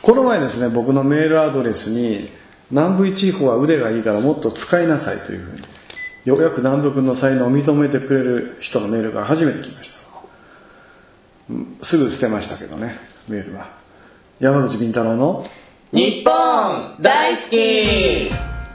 この前ですね、僕のメールアドレスに南部一法は腕がいいからもっと使いなさいというふうに、ようやく南部君の才能を認めてくれる人のメールが初めて来ました。すぐ捨てましたけどね、メールは。山口敏太郎の日本大好き。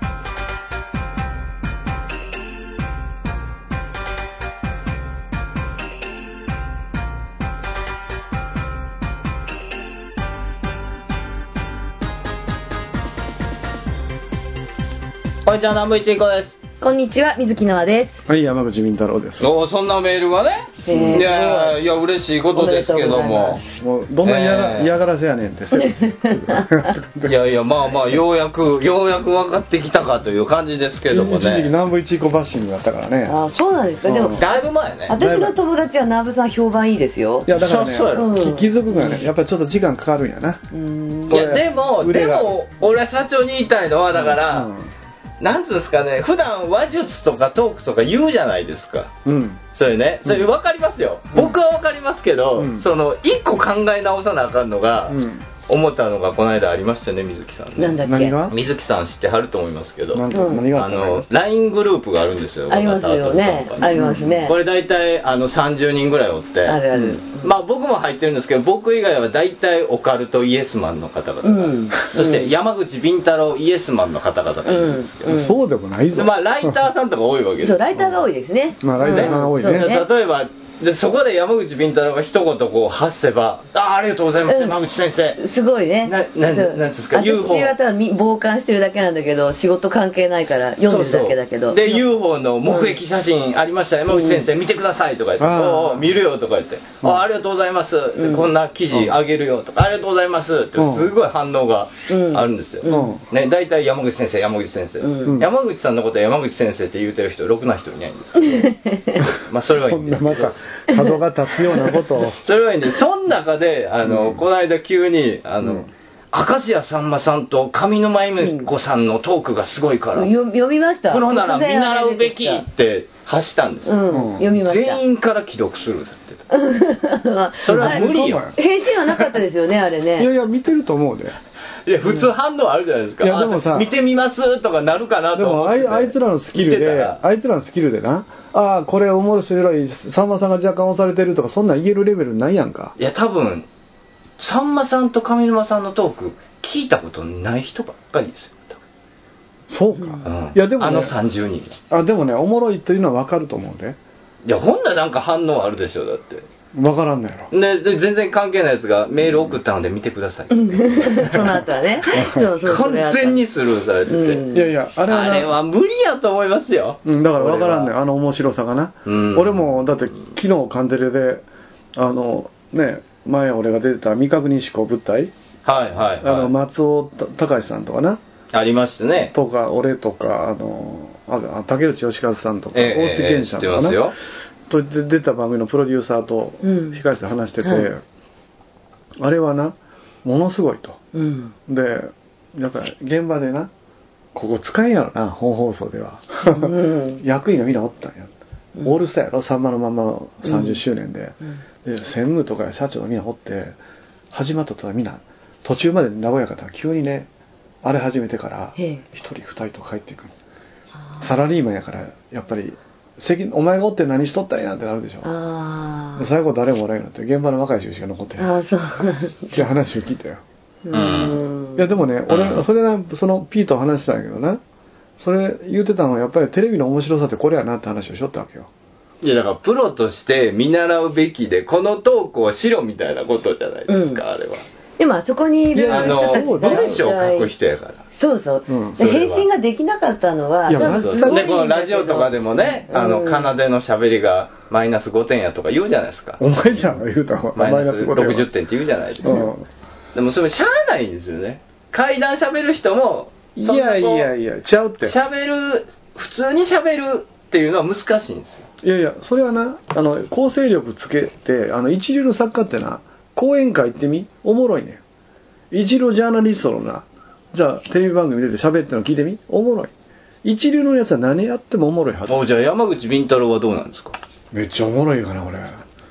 こんにちは、南部一彦です。 こんにちは、水木奈々です。 はい、山口敏太郎です。 そんなメールがね、いや嬉しいことですけども、 もうどんな嫌がらせやねんっていやまあようやく分かってきたかという感じですけどもね。 一時期南部一個バッシングだったからね。 あ、そうなんですか。でもだいぶ前ね。 私の友達は南部さん評判いいですよ。 いやだからね、 そうやろ、 気づくがね、やっぱりちょっと時間かかるんやな。 いやでも俺は社長に言いたいのはだから、なんつうんですかね、普段話術とかトークとか言うじゃないですか。それね、それ分かりますよ。僕は分かりますけど、その一個考え直さなあかんのが、思ったのがこの間ありましたね、水木さんね。 なんだっけ。 水木さん知ってはると思いますけど、 何があったの LINE グループがあるんですよ。 ありますよね。ありますね。 これ大体30人ぐらいおって、 あるある。 まあ僕も入ってるんですけど、僕以外は大体オカルトイエスマンの方々が、そして山口敏太郎イエスマンの方々がいるんですけど、 そうでもないぞ。 まあライターさんとか多いわけです。 そう、ライターが多いですね。 まあライターさんが多いね。 例えばでそこで山口敏太郎が一言こう発せば、ありがとうございます、山口先生。 すごいね。 なんですか、UFO。 私はただ傍観してるだけなんだけど、仕事関係ないから読んでるだけだけど。 で UFO の目撃写真ありました、山口先生見てくださいとか言って、お見るよとか言って、ありがとうございます、こんな記事あげるよとか、ありがとうございますってすごい反応があるんですよ。ね、大体山口先生、山口先生、山口さんのことは山口先生って言うてる人ろくな人いないんですけど、まあそれはいいんですけど。 角が立つようなことをそれはいいんで、その中でこの間急に明石家さんまさんと上沼恵美子さんのトークがすごいから、 読みました。 プロなら見習うべきって発したんですよ。 読みました。 全員から既読スルーされてた。それは無理よ。 返信はなかったですよね、あれね。 いや見てると思うで。 いや普通反応あるじゃないですか。 いやでもさ、 見てみますとかなるかなと思って。 でもあいつらのスキルでな、これおもろいさんまさんが若干押されてるとかそんなん言えるレベルないやんか。 いや多分さんまさんと上沼さんのトーク聞いたことない人ばっかりですよ。 そうか。いやでもね、 30人。 でもね、おもろいというのは分かると思うで。 いやほんななんか反応あるでしょ、だって。 分からんのやろ。 で全然関係ないやつがメール送ったので見てください。 その後はね。 完全にスルーされてて。 いやあれは無理やと思いますよ。 だから分からんねん、面白さがな。俺もだって昨日カンテレでね、前俺が出てた未確認思考物体、松尾隆さんとかな。 ありましたね。 とか俺とか竹内義和さんとか大杉健さんとかな。と出た番組のプロデューサーと控室で話してて、あれはなものすごいと、でやっぱり現場でな、ここ使えんやろな、本放送では、役員がみんなおったんや、オールスターやろ、さんまのまんまの30周年で、で専務とか社長がみんなおって、始まったとはみんな途中まで和やかったら急にね、あれ始めてから1人2人と帰っていくの。サラリーマンやからやっぱりお前がおって何しとったんやってなるでしょ。で最後誰もおらんようになって現場の若い人しか残ってないっていう話を聞いたよ。いやでもね、俺それな、そのピーと話したんやけどな、それ言うてたのはやっぱりテレビの面白さってこれやなって話をしよったわけよ。 いやだからプロとして見習うべきで、このトークをしろみたいなことじゃないですか、あれは。 でもあそこにいる人たち文章を書く人やから。 そう、返信ができなかったのは、 でこのラジオとかでもね、奏の喋りがマイナス5点やとか言うじゃないですか。 お前じゃん言うたわ。 マイナス60点って言うじゃないですか。でもそれしゃあないんですよね。階段喋る人もいやちゃうって。 普通に喋るっていうのは難しいんですよ。いやそれはな、構成力つけて、一流の作家ってな、講演会行ってみ、おもろいねん。一流ジャーナリストのな、じゃあテレビ番組出て喋ってるの聞いてみ、おもろい。一流のやつは何やってもおもろいはず。 じゃあ山口敏太郎はどうなんですか。 めっちゃおもろいかな俺。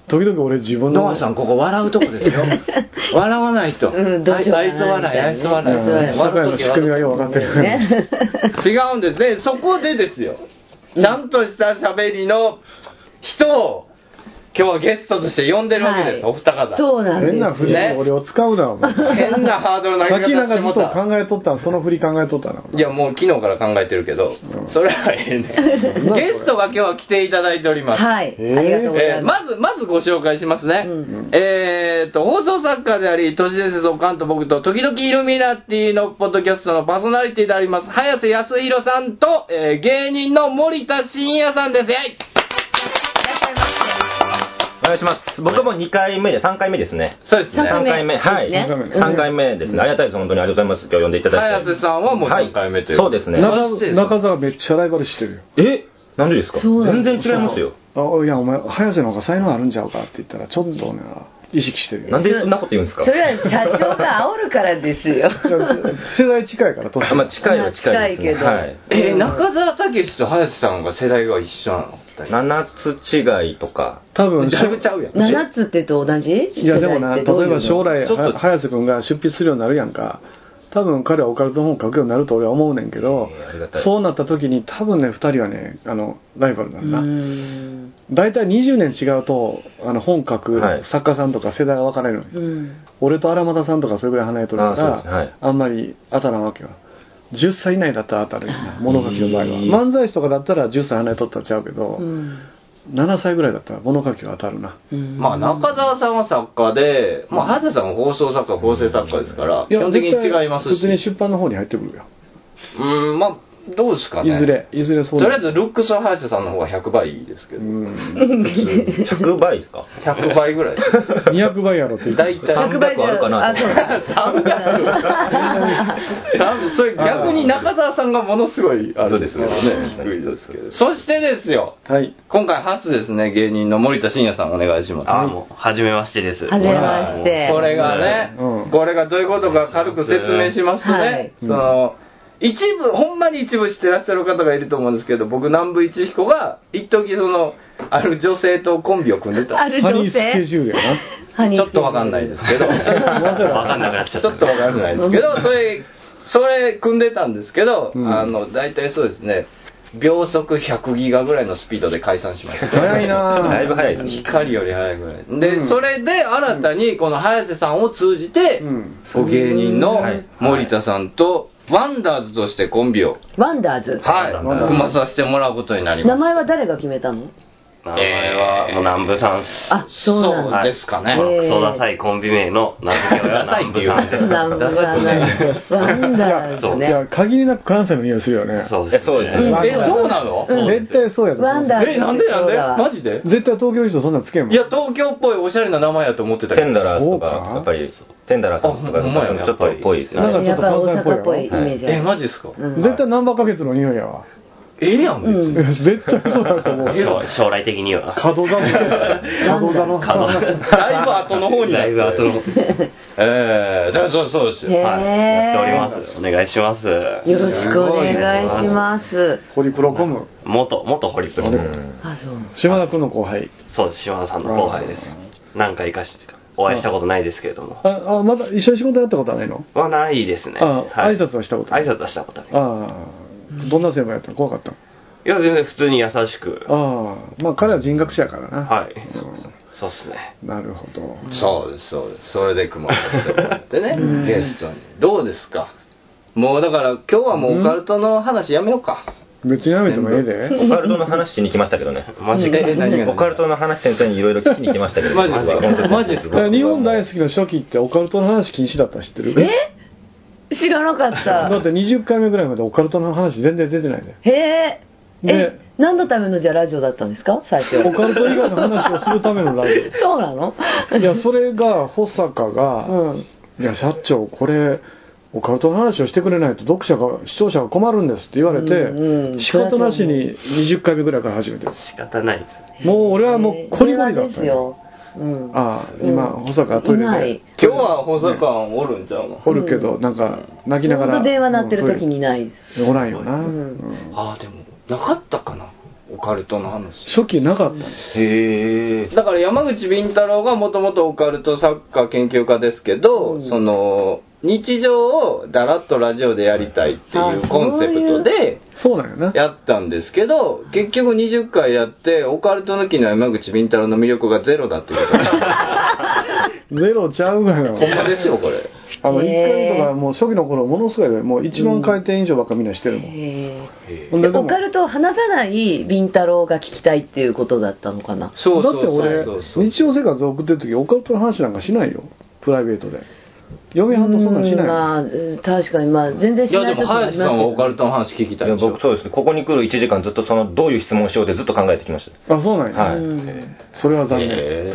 時々俺自分のノアさんここ笑うとこですよ笑わないと、愛想笑い社会の仕組みはよく分かってるね違うんですね。そこでですよ、ちゃんとした喋りの人を今日はゲストとして呼んでるわけです、お二方。 そうなんです。 変な振りで俺を使うな、 変なハードル投げ方してもた。 さっきなんかずっと考えとったその振り考えとったな。 いやもう昨日から考えてるけど、それはええねゲストが今日は来ていただいております。 はい、ありがとうございます。 まずご紹介しますね。放送作家であり都市伝説を関と僕と時々イルミナティのポッドキャストのパーソナリティであります早瀬康弘さんと、芸人の森田真也さんです。 お願いします。僕も2回目で3回目ですね。 そうですね。 3回目。はい。3回目ですね。ありがたいです。本当にありがとうございます。今日呼んでいただいて。 早瀬さんはもう3回目という。 そうですね。 中澤めっちゃライバルしてるよ。 なんでですか？全然違いますよ。 いやお前早瀬の方が才能あるんちゃうかって言ったらちょっとね意識してるよ。 なんでそんなこと言うんですか？ それは社長が煽るからですよ。 世代近いから年。 まあ近いは近いですね。はい。 中澤武史と早瀬さんが世代が一緒なの ？7つ違いとか。 多分だいぶちゃうやん。 7つってと同じ？ いやでもな、例えば将来早瀬君が出筆するようになるやんか。多分彼はオカルトの本書くようになると俺は思うねんけど、そうなった時に多分ね2人はねライバルだな。大体20年違うと本書く作家さんとか世代が分かれるの、俺と荒俣さんとかそれぐらい離れとるから、あんまり当たらんわけよ。10歳以内だったら当たるよな、物書きの場合は。漫才師とかだったら10歳離れとったらちゃうけど、7歳ぐらいだったら物書きは当たるな。 まあ中澤さんは作家で、まあ早瀬さんは放送作家構成作家ですから基本的に違いますし、 普通に出版の方に入ってくるよ。 まあどうですかね。 いずれそう。 とりあえずルックスは早瀬さんの方が100倍ですけど。 100倍ですか ？100倍ぐらい。 200倍やろって言って。 大体 300あるかな。 300。それ逆に中澤さんがものすごいあるんですけどね。低いですけど。そしてですよ。 はい。 今回初ですね、芸人の森田真也さんお願いします。 もう初めましてです。 初めまして。 これがね、これがどういうことか軽く説明しますとね、一部ほんまに一部知ってらっしゃる方がいると思うんですけど、僕南部一彦が一時ある女性とコンビを組んでた。 ある女性。 ハニースケジュールやな。ちょっとわかんないですけど。わかんなくなっちゃった。 ちょっとわかんないですけど、それ組んでたんですけど、大体そうですね。秒速100ギガぐらいのスピードで解散しました。 早いな。 だいぶ早いですね。 光より早いぐらい。で、それで新たにこの早瀬さんを通じて、芸人の森田さんとワンダーズとしてコンビを。 ワンダーズ。 はい。組まさせてもらうことになります。 名前は誰が決めたの？ 名前はもう南部さんです。 あ、そうですかね。 クソダサいコンビ名の名付け親は南部さんです。 南部さん。ワンダーズね。 いや限りなく関西の匂いするよね。 そうですね。 そうなの？ 絶対そうやと。 ワンダーズ。 なんでマジで？ 絶対東京の人そんなつけんもん。 いや東京っぽいおしゃれな名前やと思ってたけど。 テンダラーズとかやっぱりテンダラーさんとかちょっとっぽいですよね。 なんかちょっと関西っぽいイメージ。 マジですか？ 絶対ナンバー花月の匂いやわ。 やん別に。 絶対そうだと思う。 将来的には角座のだいぶ後の方にだいぶ後の方。 そうですよ。 やっております。お願いします。よろしくお願いします。 ホリプロコム。 元ホリプロ。 あ、そう。 島田君の後輩。 そうです。島田さんの後輩です。何回かお会いしたことないですけれども。 まだ一緒に仕事やったことはないの？ はないですね。 挨拶はしたことある。 挨拶はしたことある。 どんな先輩やったの？怖かったの？ いや全然普通に優しく。 まあ彼は人格者やからな。 はい。そうですね。 なるほど。 そうです。それで組まさせてもらってね、ゲストに。どうですか？もうだから今日はもうオカルトの話やめようか。 別にやめてもええで。 オカルトの話しに来ましたけどね。 マジか。 オカルトの話先生にいろいろ聞きに来ましたけど。 マジですか？ 日本大好きの初期ってオカルトの話禁止だった知ってる？ 知らなかった。 だって20回目ぐらいまでオカルトの話全然出てないで。 へえ。何のためのじゃあラジオだったんですか最初？ オカルト以外の話をするためのラジオ。 そうなの？ いやそれが保坂が、いや社長これオカルトの話をしてくれないと視聴者が困るんですって言われて、仕方なしに20回目ぐらいから始めてる。 仕方ないです。 もう俺はもうコリコリだったよ。今保坂トイレで。 今日は保坂おるんちゃうの？ おるけどなんか泣きながら。 本当電話鳴ってる時にないです。 おらんよな。 でもなかったかな。 オカルトの話初期なかった。 へえ。 だから山口敏太郎がもともとオカルト作家研究家ですけど、その日常をだらっとラジオでやりたいっていうコンセプトでそうなんやな。 やったんですけど、結局20回やってオカルト抜きの山口敏太郎の魅力がゼロだっていうことゼロちゃうがな。 ほんまですよこれ。 1回目とかもう初期の頃ものすごいでもう1万回転以上ばっかみんなしてるもん。ほんでオカルトを話さない敏太郎が聞きたいっていうことだったのかな。 そうだって俺日常生活を送ってる時オカルトの話なんかしないよ、プライベートで。嫁はんとそんなんしない。 まあ確かにまあ全然しない時もありますけど。 いやでも林さんはオカルトの話聞きたいでしょ。 僕そうですね。ここに来る1時間ずっとどういう質問しようってずっと考えてきました。 あ、そうなんや。 はい。 それは残念。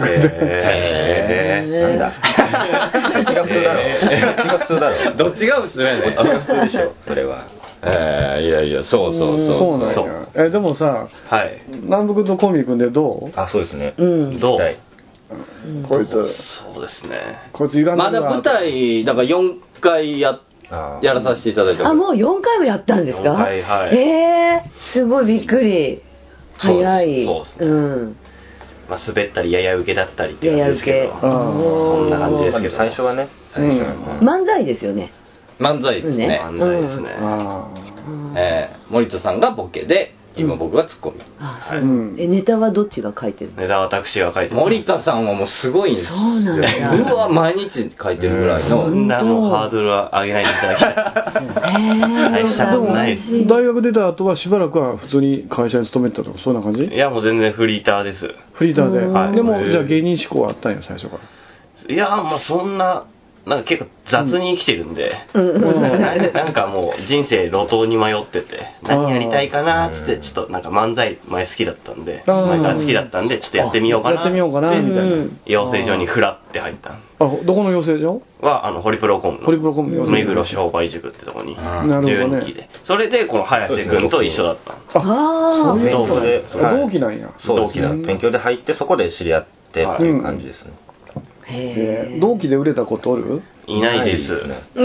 なんだ。どっちが普通だろう。 どっちが普通やねん。 どっちが普通でしょ。それは。 いやいや、そうそうなんや。でもさ、南北とコンビ組んでどう？ あ、そうですね。 どう？ こいつ。 そうですね。 こいついらない。 まだ舞台だから4回やらさせていただいて。 あ、もう4回もやったんですか？ はいはい。 すごいびっくり。早い。 そうですね。まあ滑ったりやや受けだったりって感じですけど。そんな感じですけど。 最初はね。 漫才ですよね。 漫才ですね。 漫才ですね。 森田さんがボケで、今僕がツッコミ。 ネタはどっちが書いてるの？ ネタは私が書いてる。 森田さんはもうすごいんです。 そうなんだ。 うわ、毎日書いてるぐらいの。 そんなもうハードルは上げないでいただきたい。大したことないです。 大学出た後はしばらくは普通に会社に勤めてたとかそんな感じ？ いやもう全然フリーターです。 フリーターで。でもじゃあ芸人志向はあったんや最初から。 いやまあそんな。なんか結構雑に生きてるんで、なんかもう人生路頭に迷ってて何やりたいかなっつってちょっとなんか漫才前好きだったんで前から好きだったんでちょっとやってみようかなみたいな養成所にフラって入ったどこの養成所はホリプロコムの目黒商売塾ってとこに12期でそれでこの早瀬君と一緒だったそういうことで同期なんや。 同期なん勉強で入ってそこで知り合ってっていう感じですね。 同期で売れたことおる？ いないです。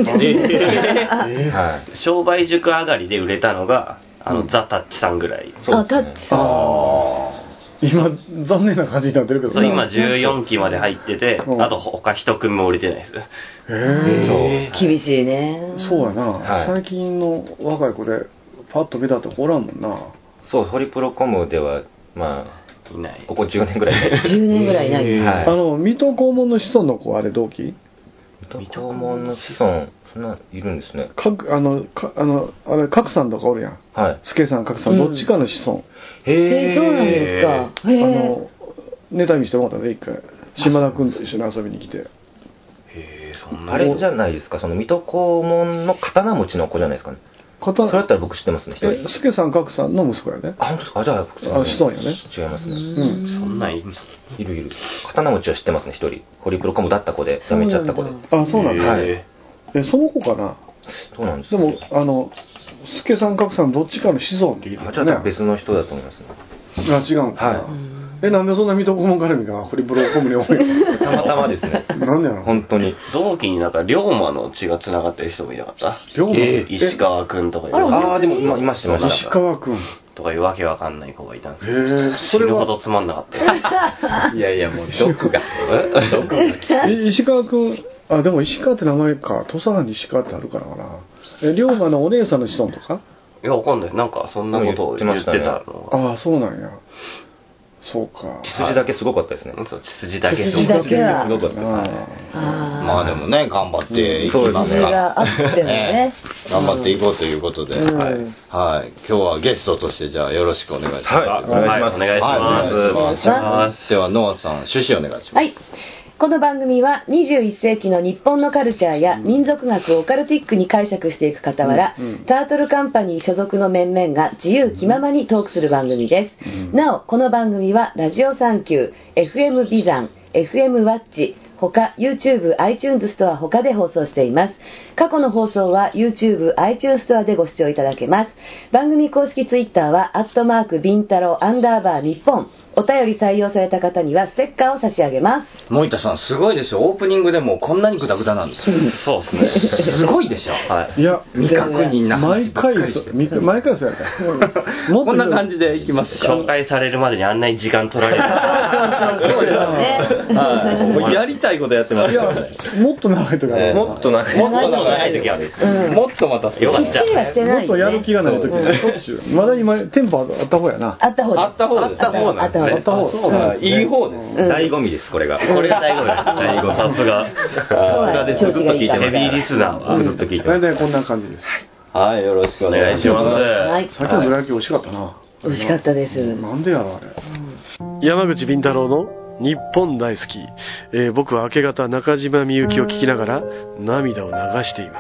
商売塾上がりで売れたのがザ・タッチさんぐらい。 あ、タッチさん。 今残念な感じになってるけど。 今14期まで入ってて、あと他一組も売れてないです。 厳しいね。 そうやな。最近の若い子でパッと見たっておらんもんな。 そう、ホリプロコムではまあ。 いない。 ここ10年ぐらいいない。 10年ぐらいいない。 水戸黄門の子孫の子あれ同期？ 水戸黄門の子孫そんないるんですね。 あれ角さんとかおるやん。助さん角さんどっちかの子孫。 そうなんですか。 ネタ見してもらったね一回。島田君と一緒に遊びに来て。 あれじゃないですか。その水戸黄門の刀持ちの子じゃないですかね。それだったら僕知ってますね。 助さん角さんの息子やね。 あ、本当ですか。じゃあ子孫やね。 違いますね。 そんなんいる。 いる。刀持ちは知ってますね。一人。ホリプロコムだった子で辞めちゃった子で。 あ、そうなんだ。その子かな。 そうなんです。 でも助さん角さんどっちかの子孫って聞いてるね。別の人だと思いますね。 あ、違うんか。なんでそんな水戸黄門絡みがホリプロコムに多いの？ たまたまですね。 なんでやろ本当に。 同期になんか龍馬の血が繋がってる人もいなかった？ 龍馬？ 石川くんとかいう。 でもいました。 石川くんとかいうわけわかんない子がいたんですけど。 それ死ぬほどつまんなかった。 いやいやもう毒が。 石川くん、でも石川って名前か。土佐藩に石川ってあるからかな。龍馬のお姉さんの子孫とか？ いやわかんない。なんかそんなことを言ってたの。 あ、そうなんや。そうか。 血筋だけすごかったですね。 そう、血筋だけすごかったですね。 まあでもね、頑張っていきますから。頑張っていこうということで、はい。今日はゲストとしてじゃあよろしくお願いします。 はい、お願いします。 お願いします。 ではノアさん、趣旨お願いします。 はい。この番組は21世紀の日本のカルチャーや民族学をオカルティックに解釈していく傍ら、タートルカンパニー所属の面々が自由気ままにトークする番組です。なお、この番組はラジオサンキュー、FM ビザン、FM ワッチ、他 YouTube、iTunes ストア他で放送しています。過去の放送は YouTube、iTunes ストアでご視聴いただけます。番組公式 Twitter はビンタロー_日本お便り採用された方にはステッカーを差し上げます。 森田さんすごいでしょ。オープニングでもこんなにグダグダなんですよ。 そうですね。 すごいでしょ。 はい。 いや、 未確認な話ばっかりして毎回そうやから。 こんな感じでいきますか。 紹介されるまでにあんなに時間取られる。 そうですね。はい。もうやりたいことやってますからね。 もっと長い時ある。 もっと長い時ある。 もっとまたよかった。 もっとやる気がない時まだ今テンポあった方やな。 あった方です。いい方です。 醍醐味です、これが。これが醍醐味です。醍醐味。 さすが。さすがでずっと聞いてます。ヘビーリスナーはずっと聞いてます。 大体こんな感じです。 はい、よろしくお願いします。 はい。 さっきのどら焼き美味しかったな。 美味しかったです。 なんでやろあれ。山口敏太郎の日本大好き。僕は明け方中島みゆきを聞きながら涙を流しています。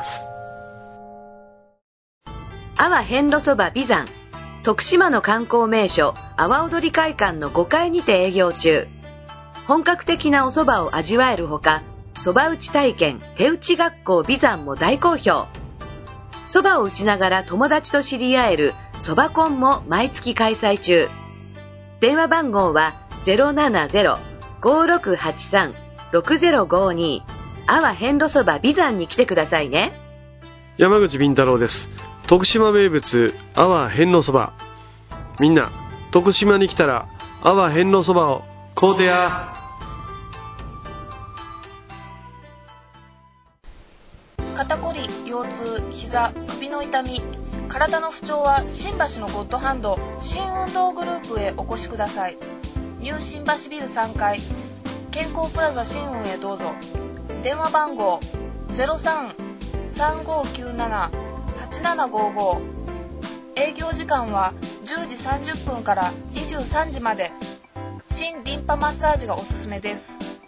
阿波遍路そば美山。徳島の観光名所阿波踊り会館の5階にて営業中。本格的なお蕎麦を味わえるほか、蕎麦打ち体験手打ち学校美山も大好評。蕎麦を打ちながら友達と知り合える蕎麦コンも毎月開催中。電話番号は 070-5683-6052 阿波遍路そば美山に来てくださいね。 山口敏太郎です。徳島名物阿波遍路そば。みんな徳島に来たら阿波遍路そばを買うてや。 肩こり、腰痛、膝、首の痛み、体の不調は新橋のゴッドハンド新運動グループへお越しください。ニュー新橋ビル3階健康プラザ新運へどうぞ。電話番号 03-3597-8755。営業時間は10時30分から23時まで。新リンパマッサージがおすすめです。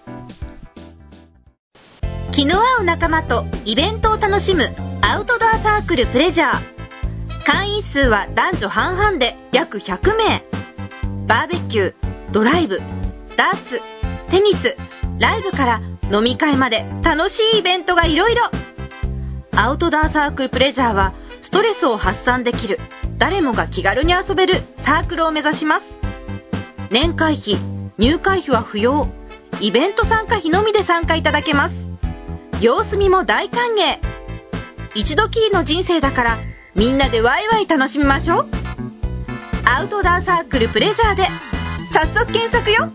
気の合う仲間とイベントを楽しむアウトドアサークルプレジャー。会員数は男女半々で約100名。バーベキュー、ドライブ、ダーツ、テニス、ライブから飲み会まで楽しいイベントがいろいろ。アウトドアサークルプレジャーはストレスを発散できる、誰もが気軽に遊べるサークルを目指します。年会費、入会費は不要。イベント参加費のみで参加いただけます。様子見も大歓迎。一度きりの人生だからみんなでワイワイ楽しみましょう。アウトドアサークルプレジャーで早速検索よ。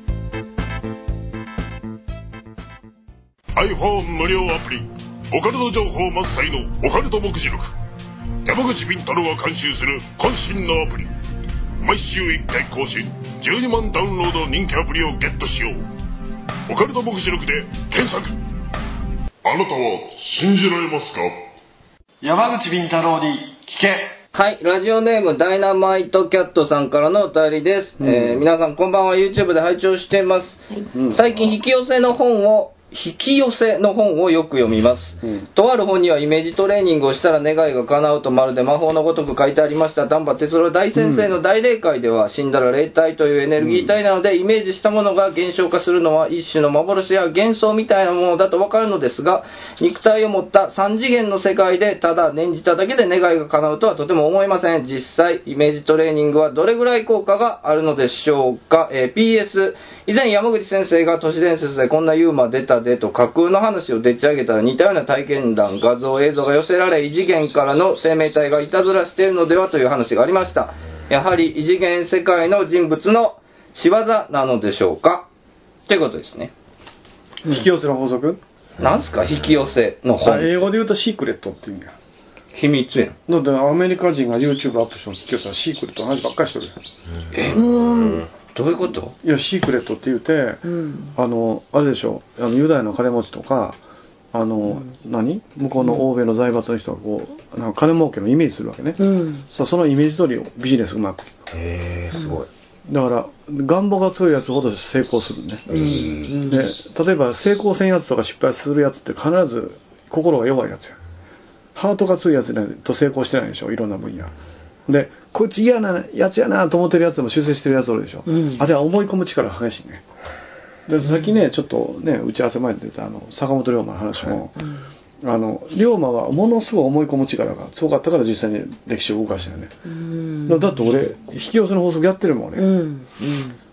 iPhone 無料アプリオカルト情報満載のオカルト目次録。山口敏太郎が監修する渾身のアプリ。毎週1回更新、12万ダウンロードの人気アプリをゲットしよう。オカルト目次録で検索。あなたは信じられますか？ 山口敏太郎に聞け。 はい、ラジオネームダイナマイトキャットさんからのお便りです。皆さんこんばんは。 YouTube で拝聴しています。最近引き寄せの本をよく読みます。とある本にはイメージトレーニングをしたら願いが叶うとまるで魔法のごとく書いてありました。丹波哲郎大先生の大霊界では死んだら霊体というエネルギー体なので、イメージしたものが現象化するのは一種の幻や幻想みたいなものだとわかるのですが、肉体を持った3次元の世界でただ念じただけで願いが叶うとはとても思えません。実際イメージトレーニングはどれぐらい効果があるのでしょうか。PS 以前山口先生が都市伝説でこんなユーモア出たでと架空の話をでっち上げたら似たような体験談、画像、映像が寄せられ異次元からの生命体がいたずらしているのではという話がありました。やはり異次元世界の人物の仕業なのでしょうかということですね。 引き寄せの法則なんすか引き寄せの本。 英語で言うとシークレットっていうんや。 秘密やん。 だってアメリカ人が YouTube アップして引き寄せはシークレットの話ばっかりしてるやん。 どういうこと？ いやシークレットって言うて、あれでしょ、ユダヤの金持ちとか向こうの欧米の財閥の人がこうなんか金儲けのイメージするわけね。さあそのイメージ通りビジネスうまく。 すごい。 だから願望が強いやつほど成功するね。で例えば成功せんやつとか失敗するやつって必ず心が弱いやつや。ハートが強いやつと成功してないでしょ、いろんな分野で。こいつ嫌なやつやなと思ってるやつでも修正してるやつおるでしょ、あれは思い込む力が激しいね。でさっきねちょっとね打ち合わせ前に出た坂本龍馬の話も、龍馬はものすごい思い込む力が強かったから実際に歴史を動かしたよね。だって俺引き寄せの法則やってるもん俺、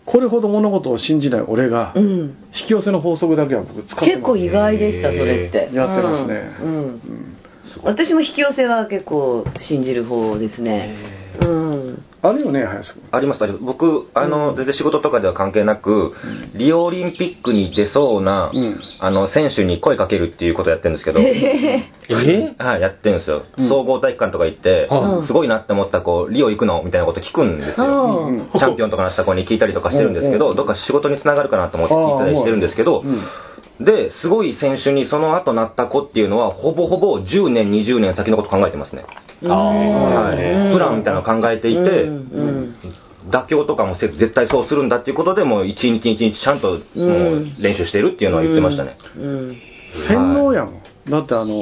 これほど物事を信じない俺が、引き寄せの法則だけは僕使ってます。 結構意外でした、それって。 やってますね。 私も引き寄せは結構信じる方ですね。 あるよね、林くん。 あります。僕全然仕事とかでは関係なく、リオオリンピックに出そうな、選手に声かけるっていうことをやってるんですけど、はい、やってるんですよ。総合体育館とか行って、すごいなって思った子、リオ行くのみたいなこと聞くんですよ。チャンピオンとかなった子に聞いたりとかしてるんですけど、どっか仕事につながるかなと思って聞いたりしてるんですけど、で、すごい選手にその後なった子っていうのは、ほぼほぼ10年、20年先のこと考えてますね。プランみたいなのを考えていて、妥協とかもせず絶対そうするんだっていうことでもう一日一日ちゃんともう練習してるっていうのは言ってましたね。 洗脳やもん。だって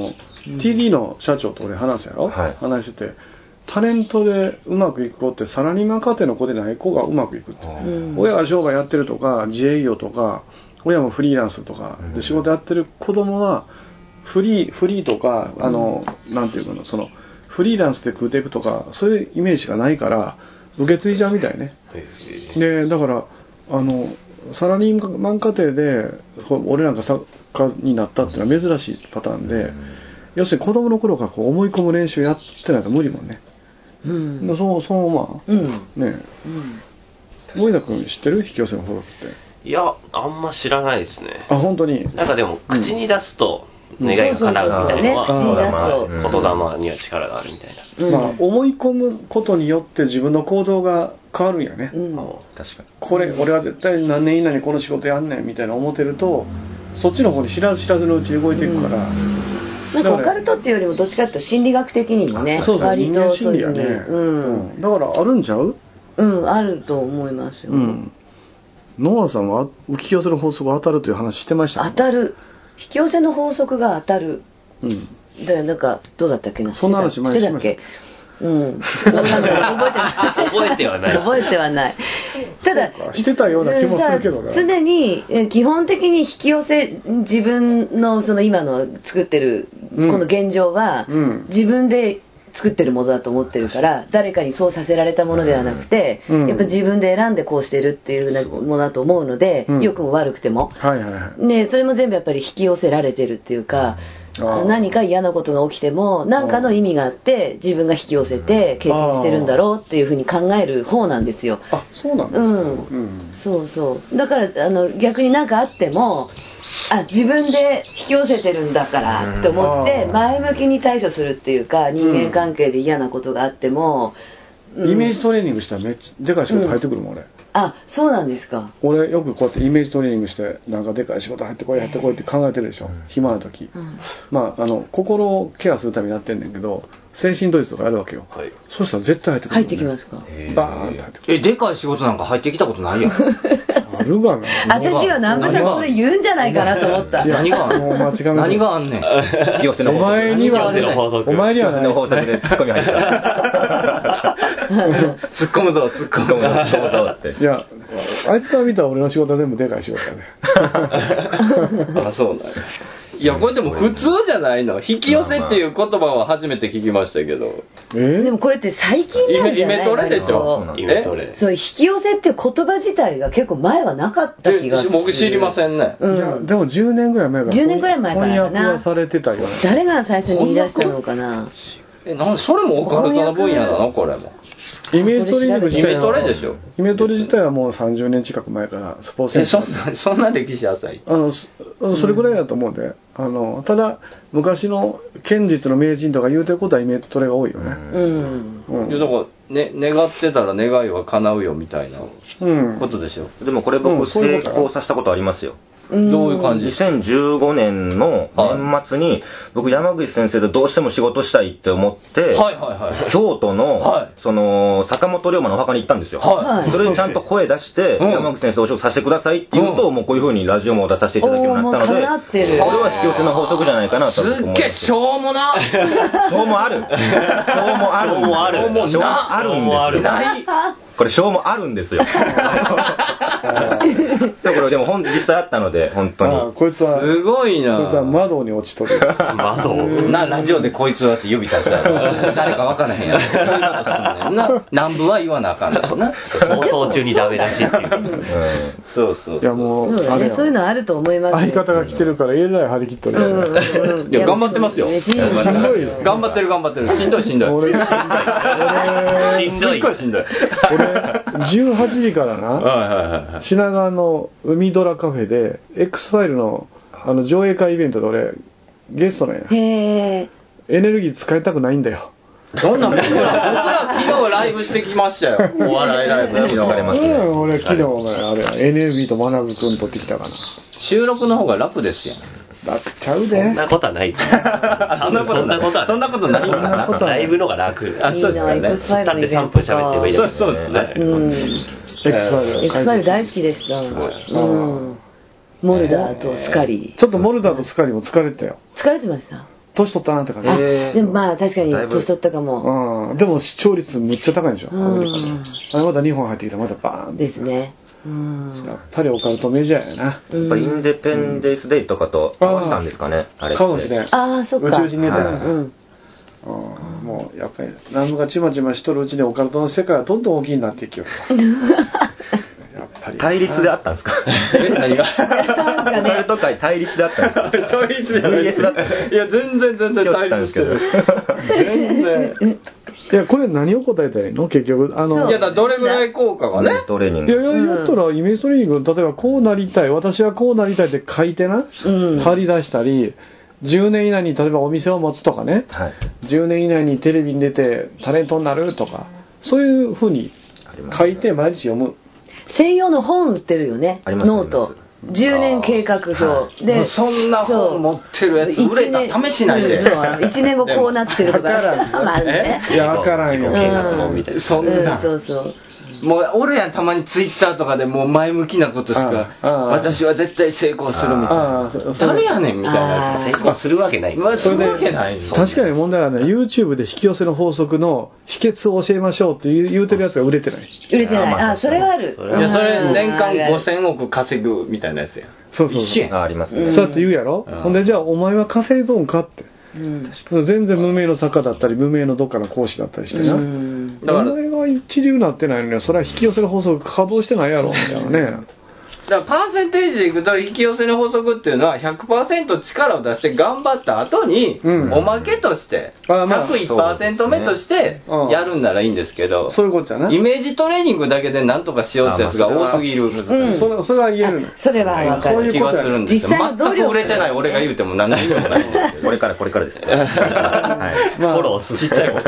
TD の社長と俺話すやろ、話してて、タレントでうまくいく子ってサラリーマン家庭の子でない子がうまくいくって、親が商売やってるとか自営業とか親もフリーランスとかで仕事やってる子供はフリーとかなんていうかな、そのフリーランスで食うていくとかそういうイメージがないから受け継いじゃうみたいね。でだからサラリーマン家庭で俺なんか作家になったっていうのは珍しいパターンで、要するに子供の頃からこう思い込む練習やってないと無理もんね。そうまあね。森田君知ってる引き寄せの法則って？ いや、あんま知らないですね。 あ、本当に。 なんかでも口に出すと願いが叶うみたいなのは言霊には力があるみたいな。 まあ思い込むことによって自分の行動が変わるんやね。 確かに。 これ俺は絶対何年以内にこの仕事やんねんみたいな思ってると、そっちの方に知らず知らずのうちに動いていくから。 なんかオカルトっていうよりもどっちかっていうと心理学的にもね、割とそういう風に、だからあるんちゃう？ あると思いますよ。 ノアさんは引き寄せの法則が当たるという話してましたね。 当たる。引き寄せの法則が当たる。でなんかどうだったっけな。 そんな話前にしました。 覚えてはない。 覚えてはない。ただしてたような気もするけどね。 常に基本的に引き寄せ、自分のその今の作ってるこの現状は自分で作ってるものだと思ってるから、誰かにそうさせられたものではなくて、やっぱ自分で選んでこうしてるっていうものだと思うので、良くも悪くても、ね、それも全部やっぱり引き寄せられてるっていうか、何か嫌なことが起きても何かの意味があって自分が引き寄せて経験してるんだろうっていうふうに考える方なんですよ。 あ、そうなんですか。 そうそうだから逆に何かあっても自分で引き寄せてるんだからって思って前向きに対処するっていうか、人間関係で嫌なことがあっても、 イメージトレーニングしたらめっちゃでかい仕事入ってくるもん俺。 あ、そうなんですか。 俺よくこうやってイメージトレーニングしてなんかでかい仕事入ってこいって考えてるでしょ、暇な時。まあ心をケアするためにやってんねんけど、精神統一とかやるわけよ。そしたら絶対入ってくる、 入ってきますか。 バーンって入ってくる。 でかい仕事なんか入ってきたことないやん。 あるがな。 私は南波さんそれ言うんじゃないかなと思った。 何があんの？何があんねん。 引き寄せの法則。 お前にはお前にはその法則でツッコミ入った。 突っ込むぞって。 いや、あいつから見たら俺の仕事は全部でかい仕事だね。 あ、そうなんや。いや、これでも普通じゃないの。引き寄せっていう言葉は初めて聞きましたけど。 でもこれって最近なんじゃない？ イメトレでしょ。 イメトレ。そう、引き寄せっていう言葉自体が結構前はなかった気がする。 僕知りませんね。 いや、でも10年ぐらい前から。 10年ぐらい前からかな。 翻訳はされてたよ。 誰が最初に言い出したのかな。 それもオカルトの分野なのこれも。 イメージトレーニング自体はイメトレでしょ。 イメトレ自体はもう30年近く前からスポーツ選手。そんな歴史浅い。 それぐらいだと思うんで、ただ昔の剣術の名人とか言うてることはイメトレが多いよね。 だから願ってたら願いは叶うよみたいなことでしょ。 でもこれ僕成功させたことありますよ。 どういう感じ ？2015年の年末に僕山口先生とどうしても仕事したいって思って京都のその坂本龍馬のお墓に行ったんですよ。それでちゃんと声出して山口先生お仕事させてくださいって言うと、もうこういう風にラジオも出させていただくようになったので、これは引き寄せの法則じゃないかなと思います。 すっげえしょうもな。 しょうもあるんですよ。これしょうもあるんですよ。 ところでも実際あったので、本当に。 こいつはすごいな。 こいつは窓に落ちとる。 窓ラジオでこいつはって指さしたら誰か分からへんやん。南部は言わなあかんのな。 放送中にダメらしいっていう。 そうそう。 いやもうそういうのあると思います。 相方が来てるからえらい張り切っとる。 いや頑張ってますよ。 しんどい。 頑張ってる。しんどい。しんどい。 俺18時からな、品川の海ドラカフェで X ファイルの上映会イベントで俺ゲストなんや。エネルギー使いたくないんだよ。 そんな僕ら昨日ライブしてきましたよ。お笑いライブ。 疲れますね。 俺昨日あれ NLB と学君撮ってきたかな。 収録の方が楽ですやん。 楽ちゃうで。 そんなことはない。そんなことない。ライブのが楽。 あ、そうですね。 だって3分喋ってればいいだけ。 そうですね。 X ファイル大好きでした。モルダーとスカリー。 ちょっとモルダーとスカリーも疲れてたよ。 疲れてました。 年取ったなって感じ。 でもまあ確かに年取ったかも。 でも視聴率むっちゃ高いでしょ。また2本入ってきたらまたバーンですね。 やっぱりオカルトメジャーやな。 やっぱりインデペンデンスデイとかと合わせたんですかね、あれって。 かもしれん。 ああ、そっか。 宇宙人ネタやな。もうやっぱり南部がちまちましとるうちにオカルトの世界はどんどん大きになっていきよる。やっぱり対立であったんですか？ 何が？ オカルト界対立であったんですか？ 対立じゃない。 VS だった。 いや全然対立してる。全然。 いやこれ何を答えたらいいの結局いやだどれぐらい効果がね。 トレーニング。 いややったらイメージトレーニング、例えばこうなりたい、私はこうなりたいって書いてな、貼り出したり、10年以内に例えばお店を持つとかね、10年以内にテレビに出てタレントになるとか、そういうふうに書いて毎日読む。 専用の本売ってるよね。ノート。10年計画表で、 そんな本持ってるやつ売れた試しないで。 1年後こうなってるとか。まずね。 いや分からんよ。 そんな。 そうそう。 もう俺やたまにツイッターとかでもう前向きなことしか私は絶対成功するみたいな誰やねんみたいなやつ成功するわけない。 するわけない。 確かに問題はね、 YouTube で引き寄せの法則の秘訣を教えましょうって言うてるやつが売れてない。 売れてない。あ、それはある。 いやそれ年間5000億稼ぐみたいなやつや。 そうありますね。 そうやって言うやろ。ほんでじゃあお前は稼いどんかって。全然無名の作家だったり無名のどっかの講師だったりしてな、お前が一流になってないのにそれは引き寄せの法則稼働してないやろみたいなね。 だからパーセンテージでいくと引き寄せの法則っていうのは 100% 力を出して頑張った後におまけとして101% 目としてやるんならいいんですけど、 そういうことじゃな。 イメージトレーニングだけで何とかしようってやつが多すぎる。 それは言えるの。 それは分かる。 そういう気がするんですよ。全く売れてない俺が言うても何にもない。 これからです。フォローちっちゃいこと。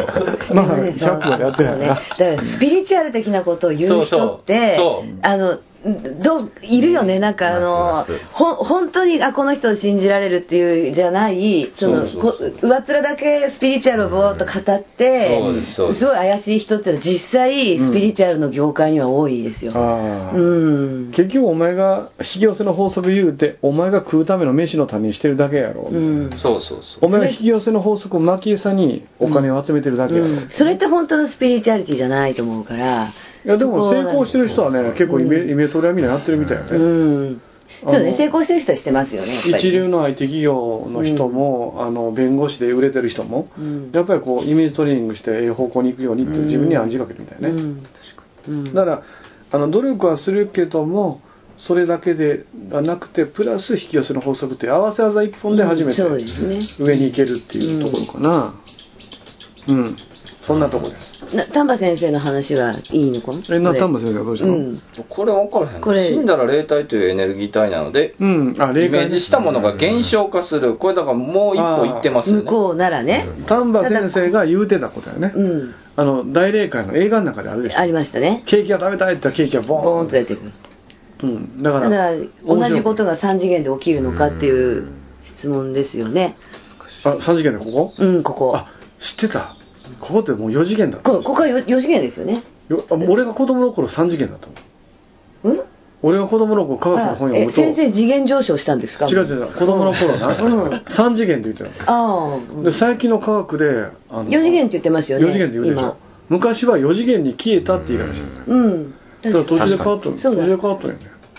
まあ100個やってないな。 だからスピリチュアル的なことを言う人っているよね。なんか本当にこの人を信じられるっていうじゃない上っ面だけスピリチュアルをぼーっと語ってすごい怪しい人っていうのは実際スピリチュアルの業界には多いですよ。 結局お前が引き寄せの法則言うてお前が食うための飯のためにしてるだけやろ。お前が引き寄せの法則を巻き餌にお金を集めてるだけやろ。 それって本当のスピリチュアリティじゃないと思うから。 いやでも成功してる人はね結構イメトレみんなやってるみたいよね。 そうね、成功してる人はしてますよね。 一流の IT 企業の人も、弁護士で売れてる人も、やっぱりこうイメージトレーニングして方向に行くようにって自分に暗示かけるみたいね。だから努力はするけどもそれだけではなくてプラス引き寄せの法則って合わせ技一本で初めて上に行けるっていうところかな。そんなとこです。 丹波先生の話はいいのかな。 丹波先生はどうしたの？ これ分からへん。死んだら霊体というエネルギー体なので、イメージしたものが減少化する。これだからもう一歩いってますよね。 向こうならね。 丹波先生が言うてたことやね。大霊界の映画の中であるでしょ。 ありましたね。 ケーキが食べたいって言ったらケーキがボーンと出てくる。だから同じことが3次元で起きるのかっていう質問ですよね。 3次元でここ？ ここ。 知ってた。ここってもう4次元だった。 ここは4次元ですよね。 俺が子供の頃3次元だったの。俺が子供の頃科学の本読むと。 先生次元上昇したんですか？ 違う子供の頃な、3次元って言ってた。で最近の科学で 4次元って言ってますよね。 4次元って言うでしょ。昔は4次元に消えたって言い方してた。だから途中で変わったんよね。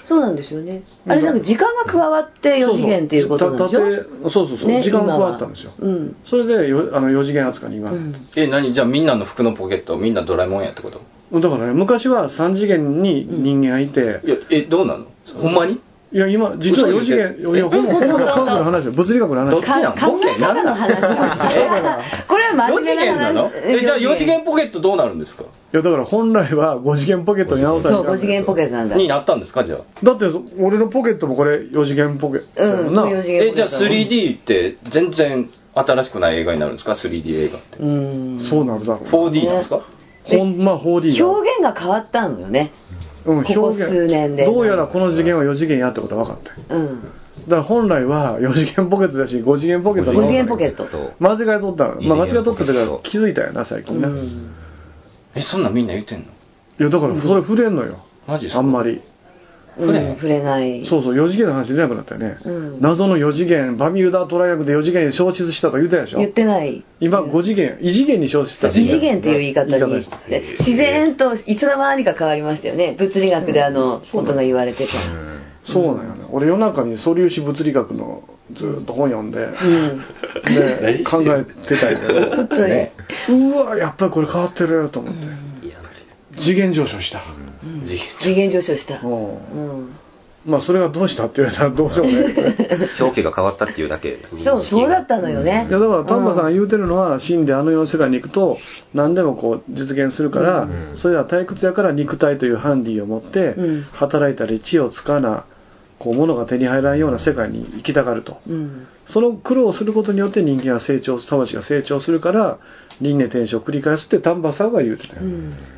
そうなんですよね。あれなんか時間が加わって4次元っていうことなんでしょ。 そう、ね、時間が加わったんですよ。それで4次元扱いに今、 何じゃあみんなの服のポケットみんなドラえもんやってこと？ だからね、昔は3次元に人間がいて、 いやどうなの？ほんまに？ いや今実は4次元、いやほんま科学の話よ、物理学の話。 どっちなん？ 考え方の話。これは真面目な話。 じゃあ4次元ポケットどうなるんですか？ いやだから本来は5次元ポケットに直さない。 そう5次元ポケットなんだ。 になったんですかじゃあ？ だって俺のポケットもこれ4次元ポケットやもんな。 じゃあ 3D って全然新しくない映画になるんですか 3D 映画って？ そうなるだろう。 4D なんですか？ まあ 4D 表現が変わったのよね。ここ数年でどうやらこの次元は4次元やってことは分かった。だから本来は4次元ポケットだし5次元ポケット 5次元ポケット間違い取った間違い取ったってか気づいたよな最近な。 そんなんみんな言ってんの？ いやだからそれ触れんのよ。 マジですか？ あんまり触れない。 そう4次元の話出なくなったよね。謎の4次元バミューダトライアングルで4次元に消失したと言ってないでしょ。 言ってない。 今5次元異次元に消失した。 異次元という言い方に自然といつの間にか変わりましたよね。物理学でことが言われてた。 そうなんよね。俺夜中に素粒子物理学のずっと本読んで、で考えてたんやけど、うわやっぱりこれ変わってるよと思って、次元上昇した。 次元上昇した。 まあそれがどうしたって言われたらどうしようもない表記が変わったっていうだけですね。 そうだったのよね。 いやだから丹波さんが言うてるのは死んであの世の世界に行くと何でもこう実現するから、それは退屈やから肉体というハンディを持って働いたり知をつかなこう物が手に入らないような世界に行きたがると、その苦労をすることによって人間は成長、魂が成長するから輪廻転生を繰り返すって丹波さんが言うてたよ。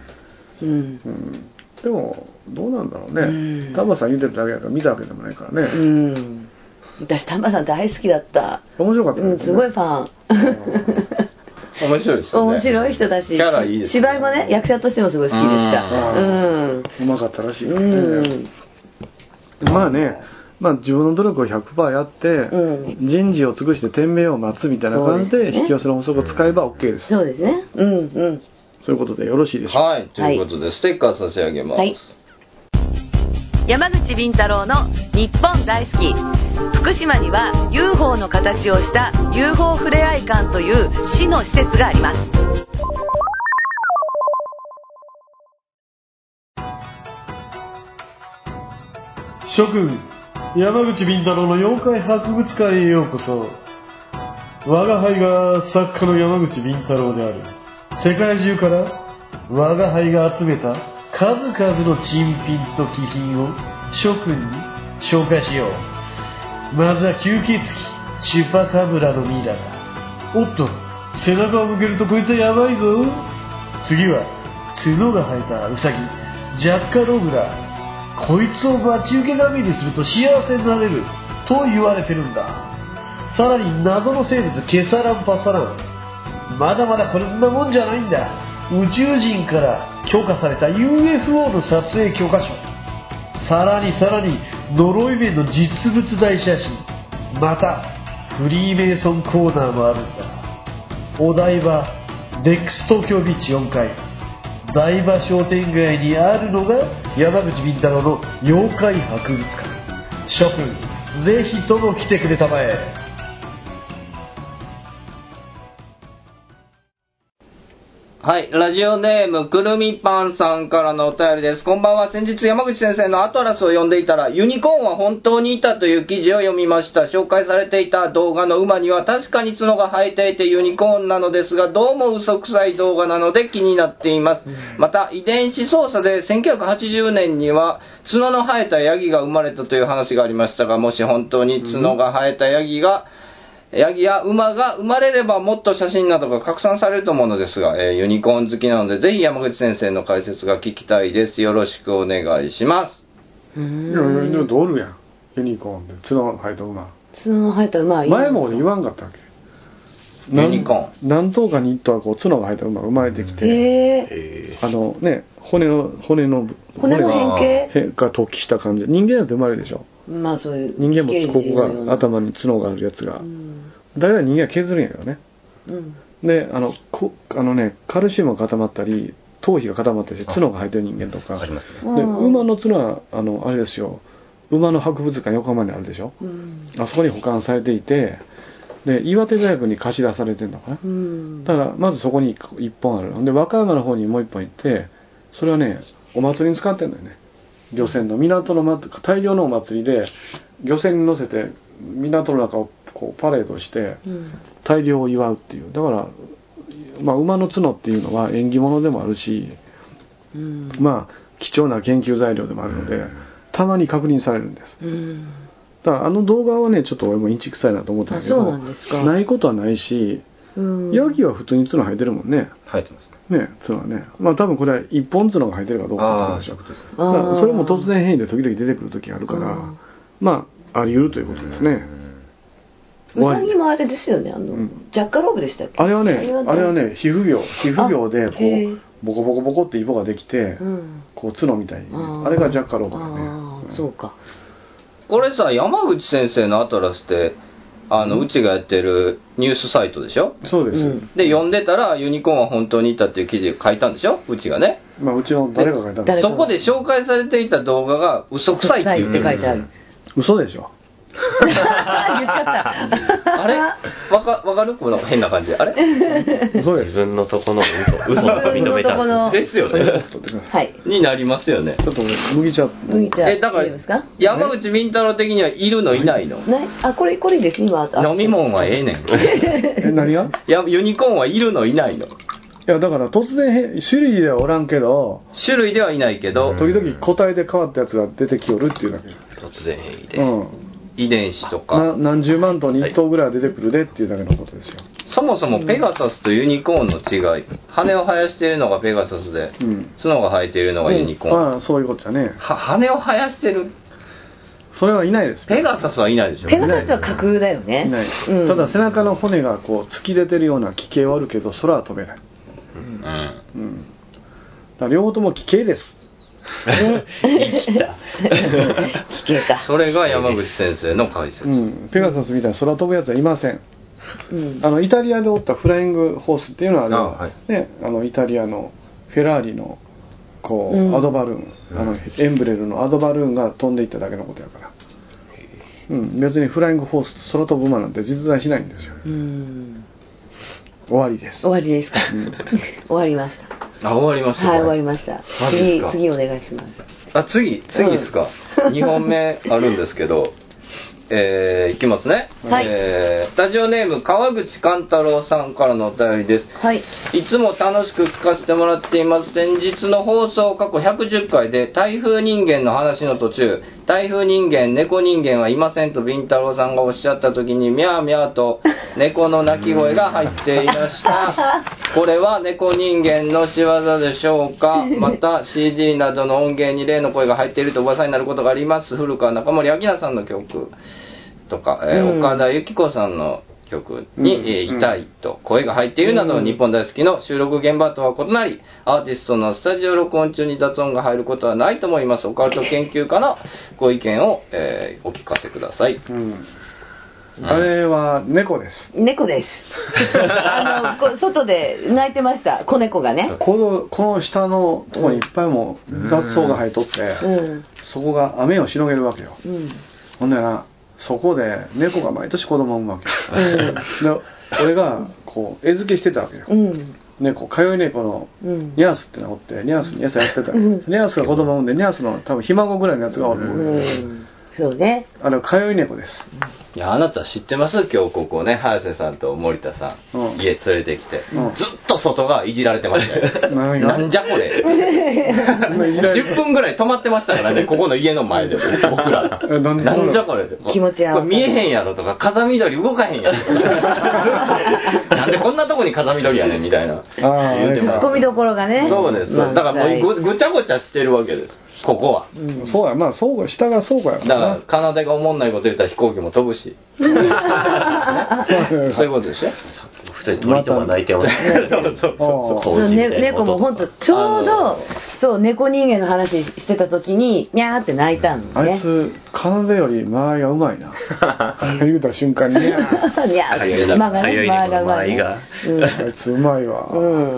でもどうなんだろうね。丹波さん言うてるだけだから見たわけでもないからね。 私丹波さん大好きだった。 面白かったね。 すごいファン。 面白いですよね。 面白い人だし、 キャラいいですね。 芝居もね役者としてもすごい好きでした。 うまかったらしいよね。まあね、自分の努力を 100% やって、人事を尽くして天命を待つみたいな感じで引き寄せの法則を使えば OK です。 そうですね。 そういうことでよろしいでしょうか。 はい、ということでステッカー差し上げます。 山口敏太郎の日本大好き。福島には UFO の形をした UFO ふれあい館という市の施設があります。 諸君、山口敏太郎の妖怪博物館へようこそ。我が輩が作家の山口敏太郎である。世界中から我が輩が集めた数々の珍品と奇品を諸君に紹介しよう。まずは吸血鬼チュパカブラのミイラだ。おっと、背中を向けるとこいつはヤバいぞ。次は角が生えたウサギジャッカログだ。こいつを待ち受け神にすると幸せになれると言われてるんだ。さらに謎の生物ケサランパサラン。まだまだこんなもんじゃないんだ。宇宙人から許可された UFO の撮影許可書。さらに呪い面の実物大写真。またフリーメイソンコーナーもあるんだ。お台場デックス東京ビーチ4階台場商店街にあるのが山口敏太郎の妖怪博物館。諸君ぜひとも来てくれたまえ。 はい、ラジオネームくるみパンさんからのお便りです。こんばんは。先日山口先生のアトラスを読んでいたらユニコーンは本当にいたという記事を読みました。紹介されていた動画の馬には確かに角が生えていてユニコーンなのですが、どうも嘘くさい動画なので気になっています。また遺伝子操作で1980年には角の生えたヤギが生まれたという話がありましたが、もし本当に角が生えたヤギや馬が生まれればもっと写真などが拡散されると思うのですが、ユニコーン好きなのでぜひ山口先生の解説が聞きたいです。よろしくお願いします。 いやおるやんユニコーンで角生えた馬。 角の生えた馬前も俺言わんかったわけ。 ユニコーン何頭かに1頭はこう角が生えた馬が生まれてきて、骨の変形が突起した感じ。人間だって生まれるでしょ。 まあそういう人間もここが頭に角があるやつが、だいたい人間は削るんやけどね、でカルシウムが固まったり頭皮が固まったりして角が生えてる人間とか、で馬の角はあれですよ、 馬の博物館横浜にあるでしょ、あそこに保管されていて、で岩手大学に貸し出されてるのかな、だからまずそこに1本ある。で和歌山の方にもう1本行って、それはねお祭りに使ってるんだよね。漁船の港の大量のお祭りで漁船に乗せて港の中をこうパレードして大漁を祝うっていう。だから、まあ、馬の角っていうのは縁起物でもあるし、まあ貴重な研究材料でもあるので、たまに確認されるんです。だから動画はねちょっと俺もインチ臭いなと思ったんだけど、 そうなんですか。 ないことはないし、ヤギは普通に角生えてるもんね。 生えてますね、角はね。まあ多分これは一本角が生えてるかどうかと思うんですよ。だからそれも突然変異で時々出てくる時があるから、まああり得るということですね。 ウサギもあれですよね、ジャッカローブでしたっけ。 あれはね皮膚病でこうボコボコボコってイボができて、こう角みたいに、あれがジャッカローブだね。 そうか。 これさ、山口先生のアトラスってうちがやってるニュースサイトでしょ。 そうです、 で読んでたらユニコーンは本当にいたっていう記事を書いたんでしょ、うちがね。 まあうちの誰が書いたんですか。 そこで紹介されていた動画が嘘くさいって言ってるんですよ。 嘘でしょ。 言っちゃった。 あれわかるこの変な感じ。あれそうです。 自分のとこの嘘と認めたですよね。 はい。 になりますよね。 ちょっと麦茶だから山口敏太郎的にはいるのいないの。 あ、これです今。 飲み物はええねん。 何が？ ユニコーンはいるのいないの。 いやだから突然種類ではおらんけど、 種類ではいないけど時々個体で変わったやつが出てきよるっていうだけ。 突然変異で。 遺伝子とか何十万頭に1頭ぐらいは出てくるでっていうだけのことですよ。 そもそもペガサスとユニコーンの違い、羽を生やしているのがペガサスで、角が生えているのがユニコーン。 まあそういうことじゃね。 羽を生やしてる。 それはいないです。 ペガサスはいないでしょ。 ペガサスは架空だよね。 いない。ただ背中の骨がこう突き出てるような奇形はあるけど、空は飛べない。だから両方とも奇形です。 言い切った。 奇形か。 それが山口先生の解説。 ペガサスみたいな空飛ぶやつはいません。イタリアでおったフライングホースっていうのはね、イタリアのフェラーリのこう、アドバルーン、エンブレルのアドバルーンが飛んでいっただけのことやから、別にフライングホースと空飛ぶ馬なんて実在しないんですよ。終わりです。 終わりですか。終わりました。 終わりました。 はい、終わりました。次お願いします。 次ですか。2本目あるんですけど、いきますね。 はい。 ラジオネーム川口寛太郎さんからのお便りです。 はい。 いつも楽しく聞かせてもらっています。先日の放送過去110回で台風人間の話の途中、台風人間、猫人間はいませんとビンタロウさんがおっしゃった時にミャーミャーと猫の鳴き声が入っていました。これは猫人間の仕業でしょうか。また CD などの音源に例の声が入っていると噂になることがあります。古川中森明菜さんの曲とか、岡田由紀子さんの曲に、痛いと声が入っているなど、日本大好きの収録現場とは異なり、アーティストのスタジオ録音中に雑音が入ることはないと思います。オカルト研究家のご意見を、お聞かせください。 あれは猫です。 猫です。外で泣いてました、子猫がね。 この下のところにいっぱいも雑草が生えとって、そこが雨をしのげるわけよ。ほんでな、そこで猫が毎年子供を産むわけよ。で俺がこう餌付けしてたわけよ。猫、通い猫のニャースってのおって、ニャースに餌やってた。ニャースが子供を産んで、ニャースの多分ひ孫ぐらいのやつがおる。 そうね。 通い猫です。 いや、あなた知ってます？今日ここね、早瀬さんと森田さん、家連れてきて、ずっと外がいじられてましたよ。なんじゃこれ。10分ぐらい止まってましたからね、ここの家の前で僕ら。なんじゃこれって。 気持ちは。 これ見えへんやろとか、風見鶏動かへんやろとか。なんでこんなとこに風見鶏やねんみたいな。 ツッコミどころがね。 そうです。だからもうぐちゃぐちゃしてるわけです。ここは。 そうや、まあそうか、下がそうかや。 だからかなでが思んないこと言ったら飛行機も飛ぶし。そういうことでしょ。 普通に鳥とか泣いてますね。 そう猫も本当ちょうどそう猫人間の話してた時にニャーって泣いたのね。 あいつかなでより間合いがうまいな。言うた瞬間にニャー。 ニャー。間がうまいね。 あいつうまいわ。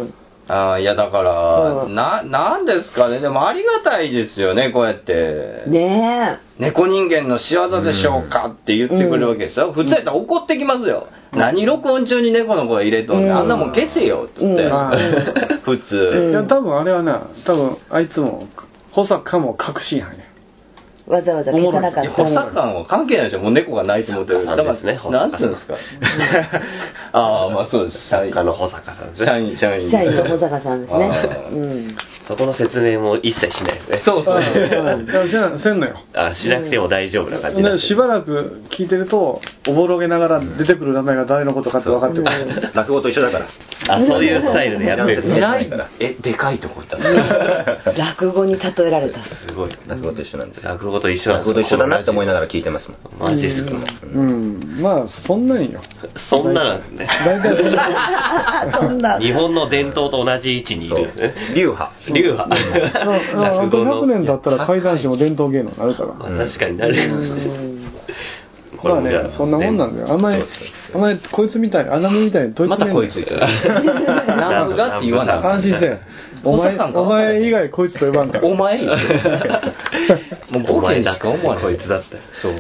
いやだからなんですかね。でもありがたいですよね、こうやってねえ、 猫人間の仕業でしょうかって言ってくれるわけですよ。普通やったら怒ってきますよ。何録音中に猫の声入れとんねん、あんなもん消せよっつって、普通。 いや多分あれはな、多分あいつも保坂も確信犯や。 わざわざ消さなかった。 保坂は関係ないでしょ。もう猫がないと思ってる。だからですね。 なんつうんですか。まあそうです。 作家の保坂さんです。 社員の保坂さんですね。 そこの説明も一切しないよね。 そうそう。 せんのよ。 しなくても大丈夫な感じで。 しばらく聞いてるとおぼろげながら出てくる名前が誰のことかって分かってくる。 落語と一緒だから。 そういうスタイルでやってるね。 でかいとこだ。 落語に例えられた。 すごい。 落語と一緒なんです。 落語と一緒なんです。 落語と一緒だなって思いながら聞いてますもん。 マジ好きも。 まあそんなんよ。 そんななんですね。 大体そんな。 日本の伝統と同じ位置にいるんですね。 流派。 あと100年だったら怪談師も伝統芸能になるから。 確かになる。 まあね、そんなもんなんだよ。あんまりこいつみたいに穴目みたいに問い詰めんの。 またこいつって何部がって言わない。 安心せん。お前以外こいつと呼ばんから。 お前もうボケにしか思わない。 こいつだった。 そう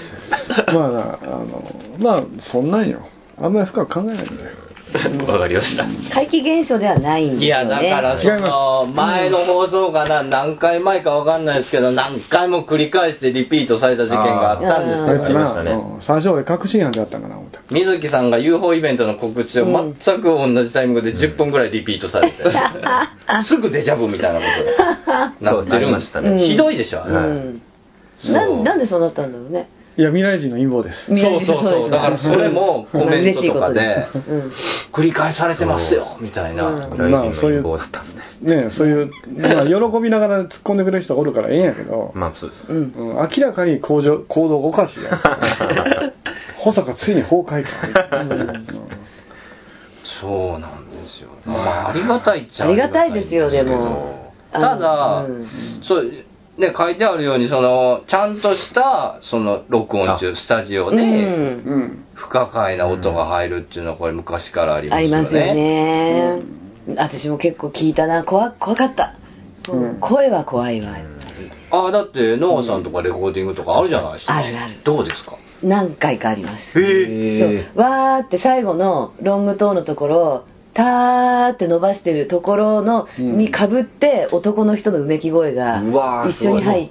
まあそんなんよ。あんまり深く考えないんだよ。 わかりました。 怪奇現象ではないんですよね。 いやだからその前の放送が何回前かわかんないですけど、何回も繰り返してリピートされた事件があったんですよ。 最初俺確信犯であったんかな思った。 水木さんが UFO イベントの告知を全く同じタイミングで10分ぐらいリピートされて、すぐデジャブみたいなことになってるんですね。ひどいでしょ。 なんでそうなったんだろうね。 いや未来人の陰謀です。 そうだからそれもコメントとかで繰り返されてますよみたいな。 まあそういうね、そういう喜びながら突っ込んでくれる人がおるからええんやけど、 まあそうです。 明らかに行動おかしいやつ。保坂ついに崩壊か。 そうなんですよ。まあありがたいっちゃありがたいですよ。でもただそうね、書いてあるようにちゃんとした録音中スタジオで不可解な音が入るっていうのはこれ昔からありますよね。 ありますよね。私も結構聞いたな。怖かった。声は怖いわ。 だってノアさんとかレコーディングとかあるじゃないですか。 ある。 どうですか？ 何回かあります。わーって最後のロングトーンのところターって伸ばしてるところにかぶって男の人のうめき声が一緒に入って、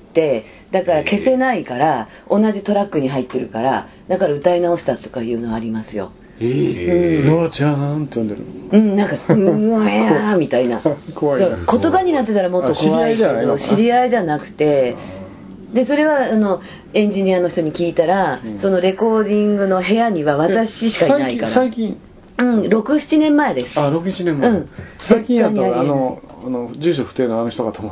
だから消せないから同じトラックに入ってるからだから歌い直したとかいうのありますよ。 ノアちゃんって呼んでる。 なんかうわーみたいな。 怖い。 言葉になってたらもっと怖いけど知り合いじゃなくて。でそれはエンジニアの人に聞いたら、そのレコーディングの部屋には私しかいないから。 最近 6、7年前です。 6、7年前。最近やと住所不定のあの人かと思った。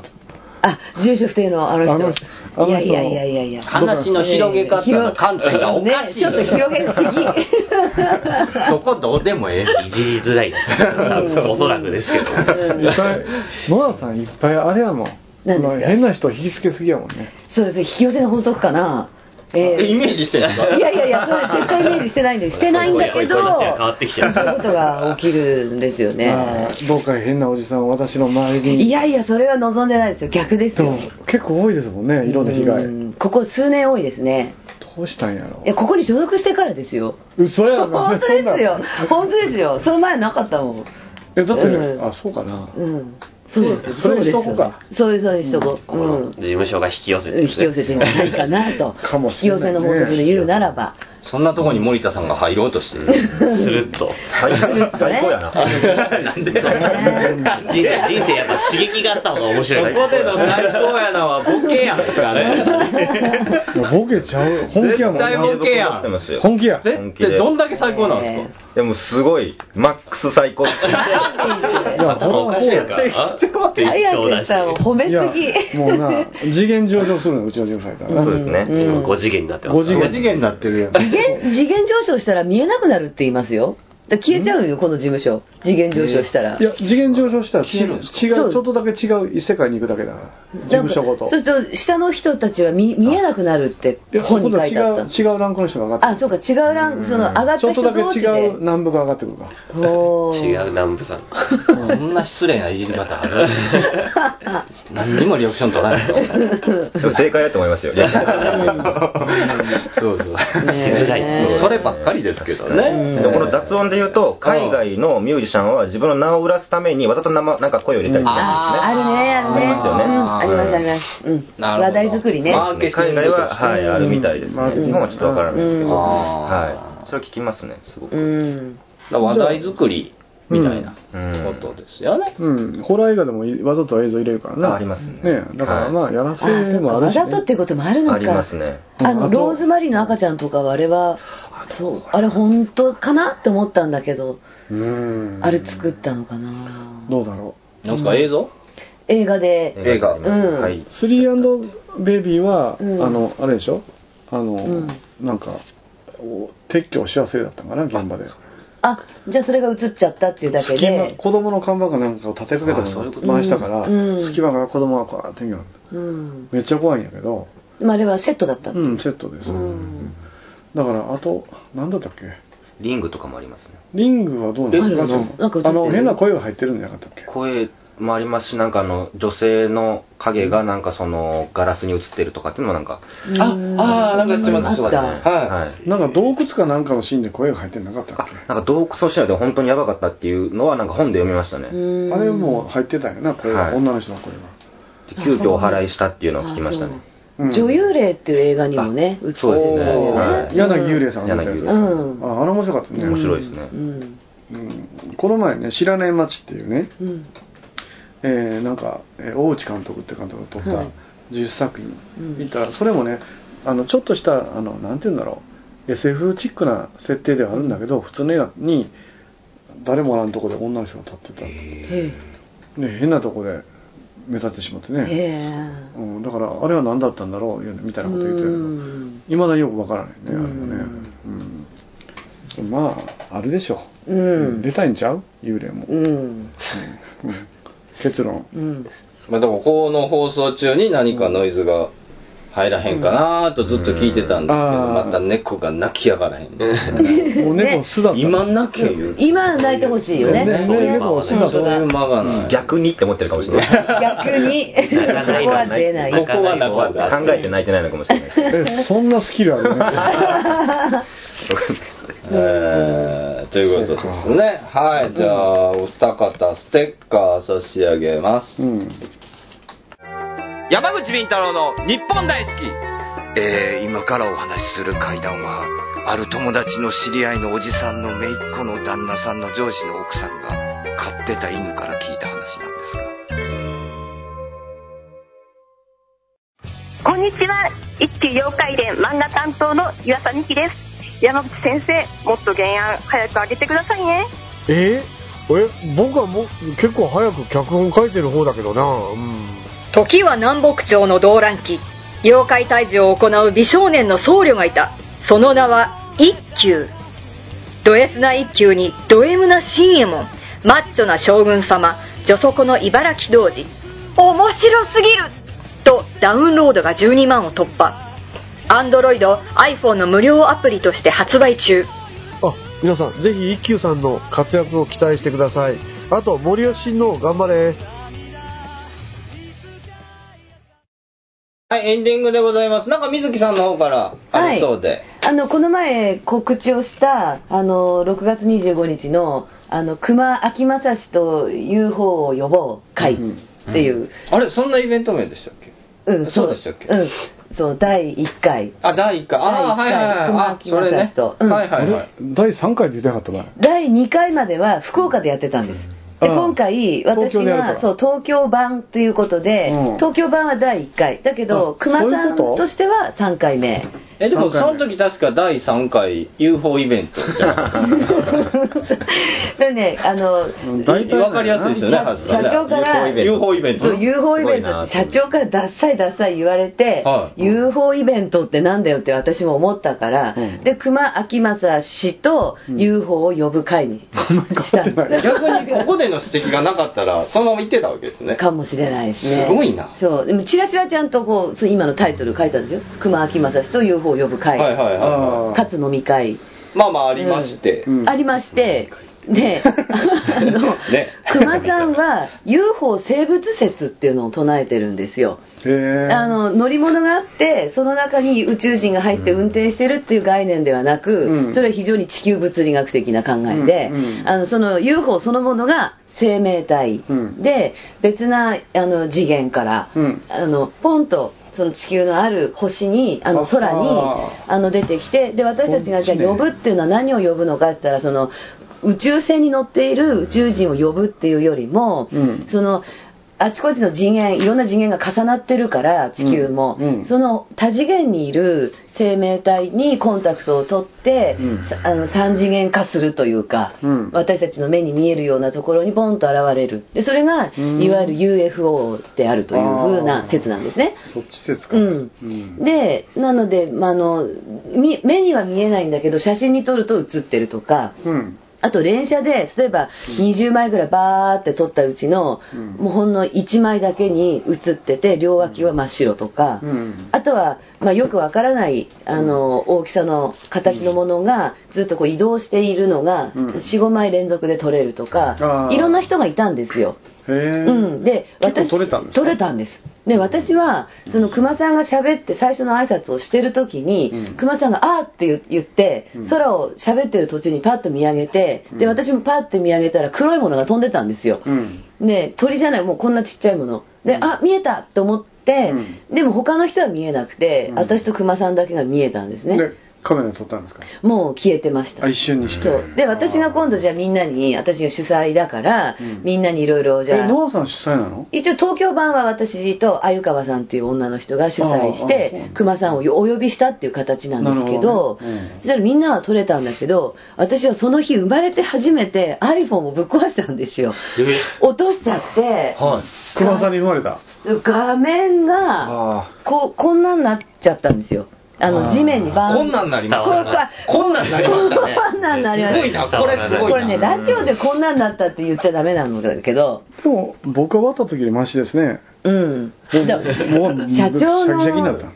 住所不定のあの人。いや話の広げ方の観点がおかしい。 ちょっと広げすぎ。 そこどうでもええ。 いじりづらいです。おそらくですけど。 ノアさんいっぱいあれやもん。変な人引きつけすぎやもんね。 そうです。引き寄せの法則かな。 イメージしてるんですか？ いやそれ絶対イメージしてないんでしてないんだけど、そういうことが起きるんですよね。 どうか変なおじさん私の周りに。 いやそれは望んでないですよ。逆ですよ。 結構多いですもんね、色で被害。 ここ数年多いですね。 どうしたんやろ。 いやここに所属してからですよ。 嘘やろ。 本当ですよ。その前なかったもん。 だってそうかな。 そうです。 それにしとこうか。 そうにしとこう。 事務所が引き寄せてるんじゃないかなと。引き寄せの法則で言うならば。 そんなとこに森田さんが入ろうとしている。 スルッと。最高やな。人生やっぱ刺激があった方が面白い。 ここでの最高やなはボケやんかね。 ボケちゃう。本気やもん。 絶対ボケやん。 本気や。 絶対どんだけ最高なんですか？ でもすごいマックス最高。 頭おかしいやんか。 早さん褒めすぎ。 もうな次元上昇するのうちの事務所やから。 そうですね。 今5次元になってます。 5次元になってるやん。 次元上昇したら見えなくなるって言いますよ。 消えちゃうよこの事務所。次元上昇したら。 いや次元上昇したら違うちょっとだけ違う異世界に行くだけだから事務所ごと。 そうすると下の人たちは見えなくなるって本に書いてあった。 違うランクの人が上がってくる。 あ、そうか、違うランク、その上がった人同士でちょっとだけ違う南部が上がってくるから。 違う南部さん。 そんな失礼ないじり方ある。何にもリアクション取らないと。 でも正解だと思いますよ。 そうそう。そればっかりですけどね。 でこの雑音で言うと海外のミュージシャンは自分の名を売らすためにわざとなんか声を入れたりするんですね。 あるね、ありますよね。ありますあります。話題作りね。 海外ははいあるみたいですね。日本はちょっとわからないですけど、はい。それは聞きますね、すごく。 話題作りみたいなことですよね。 ホラー映画でもわざと映像入れるからね。 ありますね。 だからまあやらせもあるし。 わざとっていうこともあるのか。 ありますね。 ローズマリーの赤ちゃんとかはあれはそうあれ本当かなって思ったんだけど、あれ作ったのかな。 どうだろう。なんですか映像？ 映画で。 映画。 はい。3&ベイビーはあれでしょ。なんか撤去し忘れだったかな現場で。 あ、じゃあそれが映っちゃったっていうだけで子供の看板かなんかを立てかけたのを回したから、隙間から子供がこうやって見よう、めっちゃ怖いんやけど、 あれはセットだったセットです、だからあと何だったっけ、 リングとかもありますね。 リングはどうなんですか？変な声が入ってるんじゃなかったっけ？ 声もありますし、なんか女性の影がなんかそのガラスに映ってるとかっていうのもなんかなんかしてますね。 はい。なんか洞窟かなんかのシーンで声が入ってなかったっけ？ なんか洞窟のシーンで本当にやばかったっていうのはなんか本で読みましたね。 あれも入ってたよな、声が、女の人の声が。 急遽お祓いしたっていうのを聞きましたね。 女優霊っていう映画にもね映ってそうですね。 柳幽霊さんが出たやつ。あれ面白かったね。 面白いですね。 この前ね、知らない街っていうね、なんか大内監督って監督が撮った10作品見たら、それもねちょっとしたなんていうんだろう、 SF チックな設定ではあるんだけど、普通の映画に誰もおらんとこで女の人が立ってた、変なとこで目立ってしまってね、だからあれは何だったんだろうみたいなこと言ってるけど、いまだによくわからないね、あれもね。まああるでしょう、出たいんちゃう幽霊も。結論。 まあでもこの放送中に何かノイズが入らへんかなとずっと聞いてたんですけど、また猫が泣きやがらへん。 もう猫巣だった。 今泣け言う。 今泣いてほしいよね。 そういう間がない。 逆にって思ってるかもしれない。 逆にここは出ない。 ここは泣か考えて泣いてないのかもしれない。 そんなスキルあるね。 ということですね。はい、じゃあお二方ステッカー差し上げます。山口敏太郎の日本大好き。 今からお話しする怪談は、ある友達の知り合いのおじさんの姪っ子の旦那さんの上司の奥さんが飼ってた犬から聞いた話なんですが。こんにちは、一級妖怪伝漫画担当の岩佐美希です。山口先生、もっと原案早く上げてくださいね。 僕はもう結構早く脚本書いてる方だけどな。 時は南北朝の動乱期、妖怪退治を行う美少年の僧侶がいた。その名は一休。ド S な一休にド M な新右衛門、マッチョな将軍様、女底の茨城童子。面白すぎるとダウンロードが12万を突破。Android、iPhone の無料アプリとして発売中。 皆さんぜひ一休さんの活躍を期待してください。あと森吉親王頑張れ。 はい、エンディングでございます。なんか水木さんの方からあるそうで、 この前告知をした6月25日の熊秋正氏と UFO を呼ぼう会っていう、 あれそんなイベント名でしたっけ？そうでしたっけ？ そう第1回。 第1回。 熊秋正氏と。 第3回出てなかったか。 第2回までは福岡でやってたんです。で今回私が東京版ということで、東京版は第1回だけど熊さんとしては3回目。 でもその時確か第3回 UFO イベントじゃなかったそれね、 分かりやすいですよね。 社長から UFO イベント。 そう、UFO イベントって社長からダッサい言われて、UFO イベントってなんだよって私も思ったから、で、熊秋政氏と UFO を呼ぶ会にした。 逆にここでの指摘がなかったら、そのまま言ってたわけですね。 かもしれないですね。 すごいな。 そう、でもチラチラちゃんとこう、今のタイトル書いたんですよ。熊秋政氏と UFO を呼ぶ会。かつ飲み会。 まあありまして。 ありまして、で、熊さんは UFO 生物説っていうのを唱えてるんですよ。乗り物があってその中に宇宙人が入って運転してるっていう概念ではなく、それは非常に地球物理学的な考えで、その UFO そのものが生命体で、別な次元から、ポンとその地球のある星に空に出てきて、で私たちがじゃあ呼ぶっていうのは何を呼ぶのかって言ったら、その宇宙船に乗っている宇宙人を呼ぶっていうよりも、そのあちこちの次元、いろんな次元が重なってるから地球も、その多次元にいる生命体にコンタクトを取って、3次元化するというか、私たちの目に見えるようなところにボンと現れる。でそれがいわゆる UFO であるというふうな説なんですね。 そっち説か。 でなので、目には見えないんだけど写真に撮ると写ってるとか、あと連写で例えば20枚ぐらいバーって撮ったうちの、もうほんの1枚だけに写ってて両脇は真っ白とか、あとは、よくわからない大きさの形のものがずっとこう移動しているのが 4,5 枚連続で撮れるとか、いろんな人がいたんですよ。で私撮れたんですか？ 撮れたんです。で私はその熊さんが喋って最初の挨拶をしてる時に、熊さんが「あー」って言って、空を喋ってる途中にパッと見上げて、で私もパッて見上げたら黒いものが飛んでたんですよ。で鳥じゃない、もうこんなちっちゃいもので、あ見えたと思って、でも他の人は見えなくて、私と熊さんだけが見えたんですね。 カメラ撮ったんですか？ もう消えてました。 一瞬にして。 そうで私が今度じゃあみんなに、私が主催だから、みんなにいろいろじゃあノアさん主催なの？ 一応東京版は私と鮎川さんっていう女の人が主催して熊さんをお呼びしたっていう形なんですけど、そしたらみんなは撮れたんだけど、私はその日生まれて初めて iPhone をぶっ壊したんですよ。落としちゃって、 熊さんに生まれた画面がこんなになっちゃったんですよ。地面にバーン、 こんなんなりましたね。こんなんなりましたね。 こんなんなりました。 すごいな、これすごいな。 これね、ラジオでこんなんなったって言っちゃダメなんだけど。 でも僕が割った時よりマシですね。 もう社長の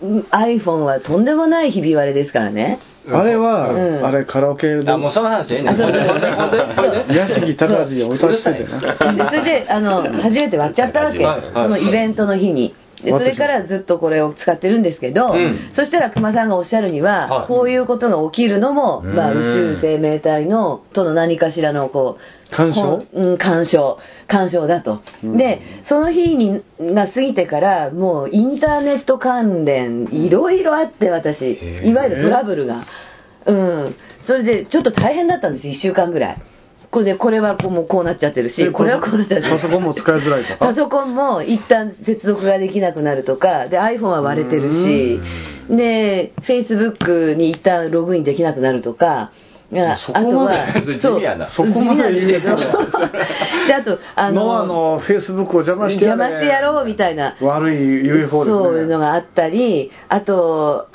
iPhone はとんでもないひび割れですからね。 あれは、あれカラオケで。 もうその話ええねん。 屋敷隆を歌っててな。 それで初めて割っちゃったわけ。そのイベントの日に。でそれからずっとこれを使ってるんですけど、そしたら熊さんがおっしゃるには、こういうことが起きるのも、宇宙生命体との何かしらのこう干渉だと。でその日が過ぎてからもうインターネット関連いろいろあって、私いわゆるトラブルが、それでちょっと大変だったんです。1週間ぐらい。これはもうこうなっちゃってるし、これはこうなっちゃってる。 パソコンも使いづらいとか。 パソコンも一旦接続ができなくなるとか、で iPhone は割れてるし、で Facebook に一旦ログインできなくなるとか。あとは地味やな。 地味なんですけど、であとノアの Facebook を邪魔してやろうみたいな悪い UFO ですね。 そういうのがあったり、あと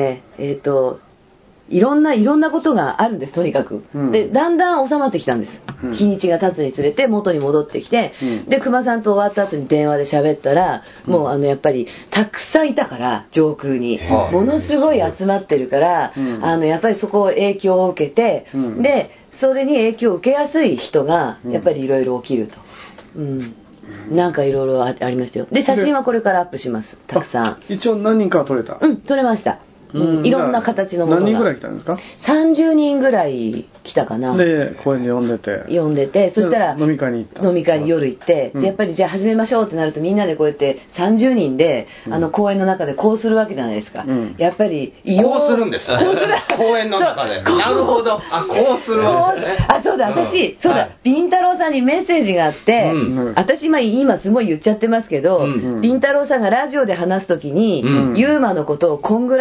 いろんなことがあるんです、とにかく。でだんだん収まってきたんです。日にちが経つにつれて元に戻ってきて、で熊さんと終わった後に電話で喋ったら、もうやっぱりたくさんいたから上空に、ものすごい集まってるから、やっぱりそこを影響を受けて、でそれに影響を受けやすい人がやっぱりいろいろ起きると。なんかいろいろありましたよ。で写真はこれからアップします。たくさん。 一応何人かは撮れた？ 撮れました。いろんな形のものが。 何人ぐらい来たんですか ？30人ぐらい来たかな。 で公園で呼んでて、 そしたら飲み会に夜行って、でやっぱりじゃあ始めましょうってなると、みんなでこうやって30人で公園の中でこうするわけじゃないですか。やっぱりこうするんです。公園の中で。なるほど。こうするわけね。 そうだ、ビンタロウさんにメッセージがあって、私今すごい言っちゃってますけど、ビンタロウさんがラジオで話すときに、ユーマのことをこんぐらいの大き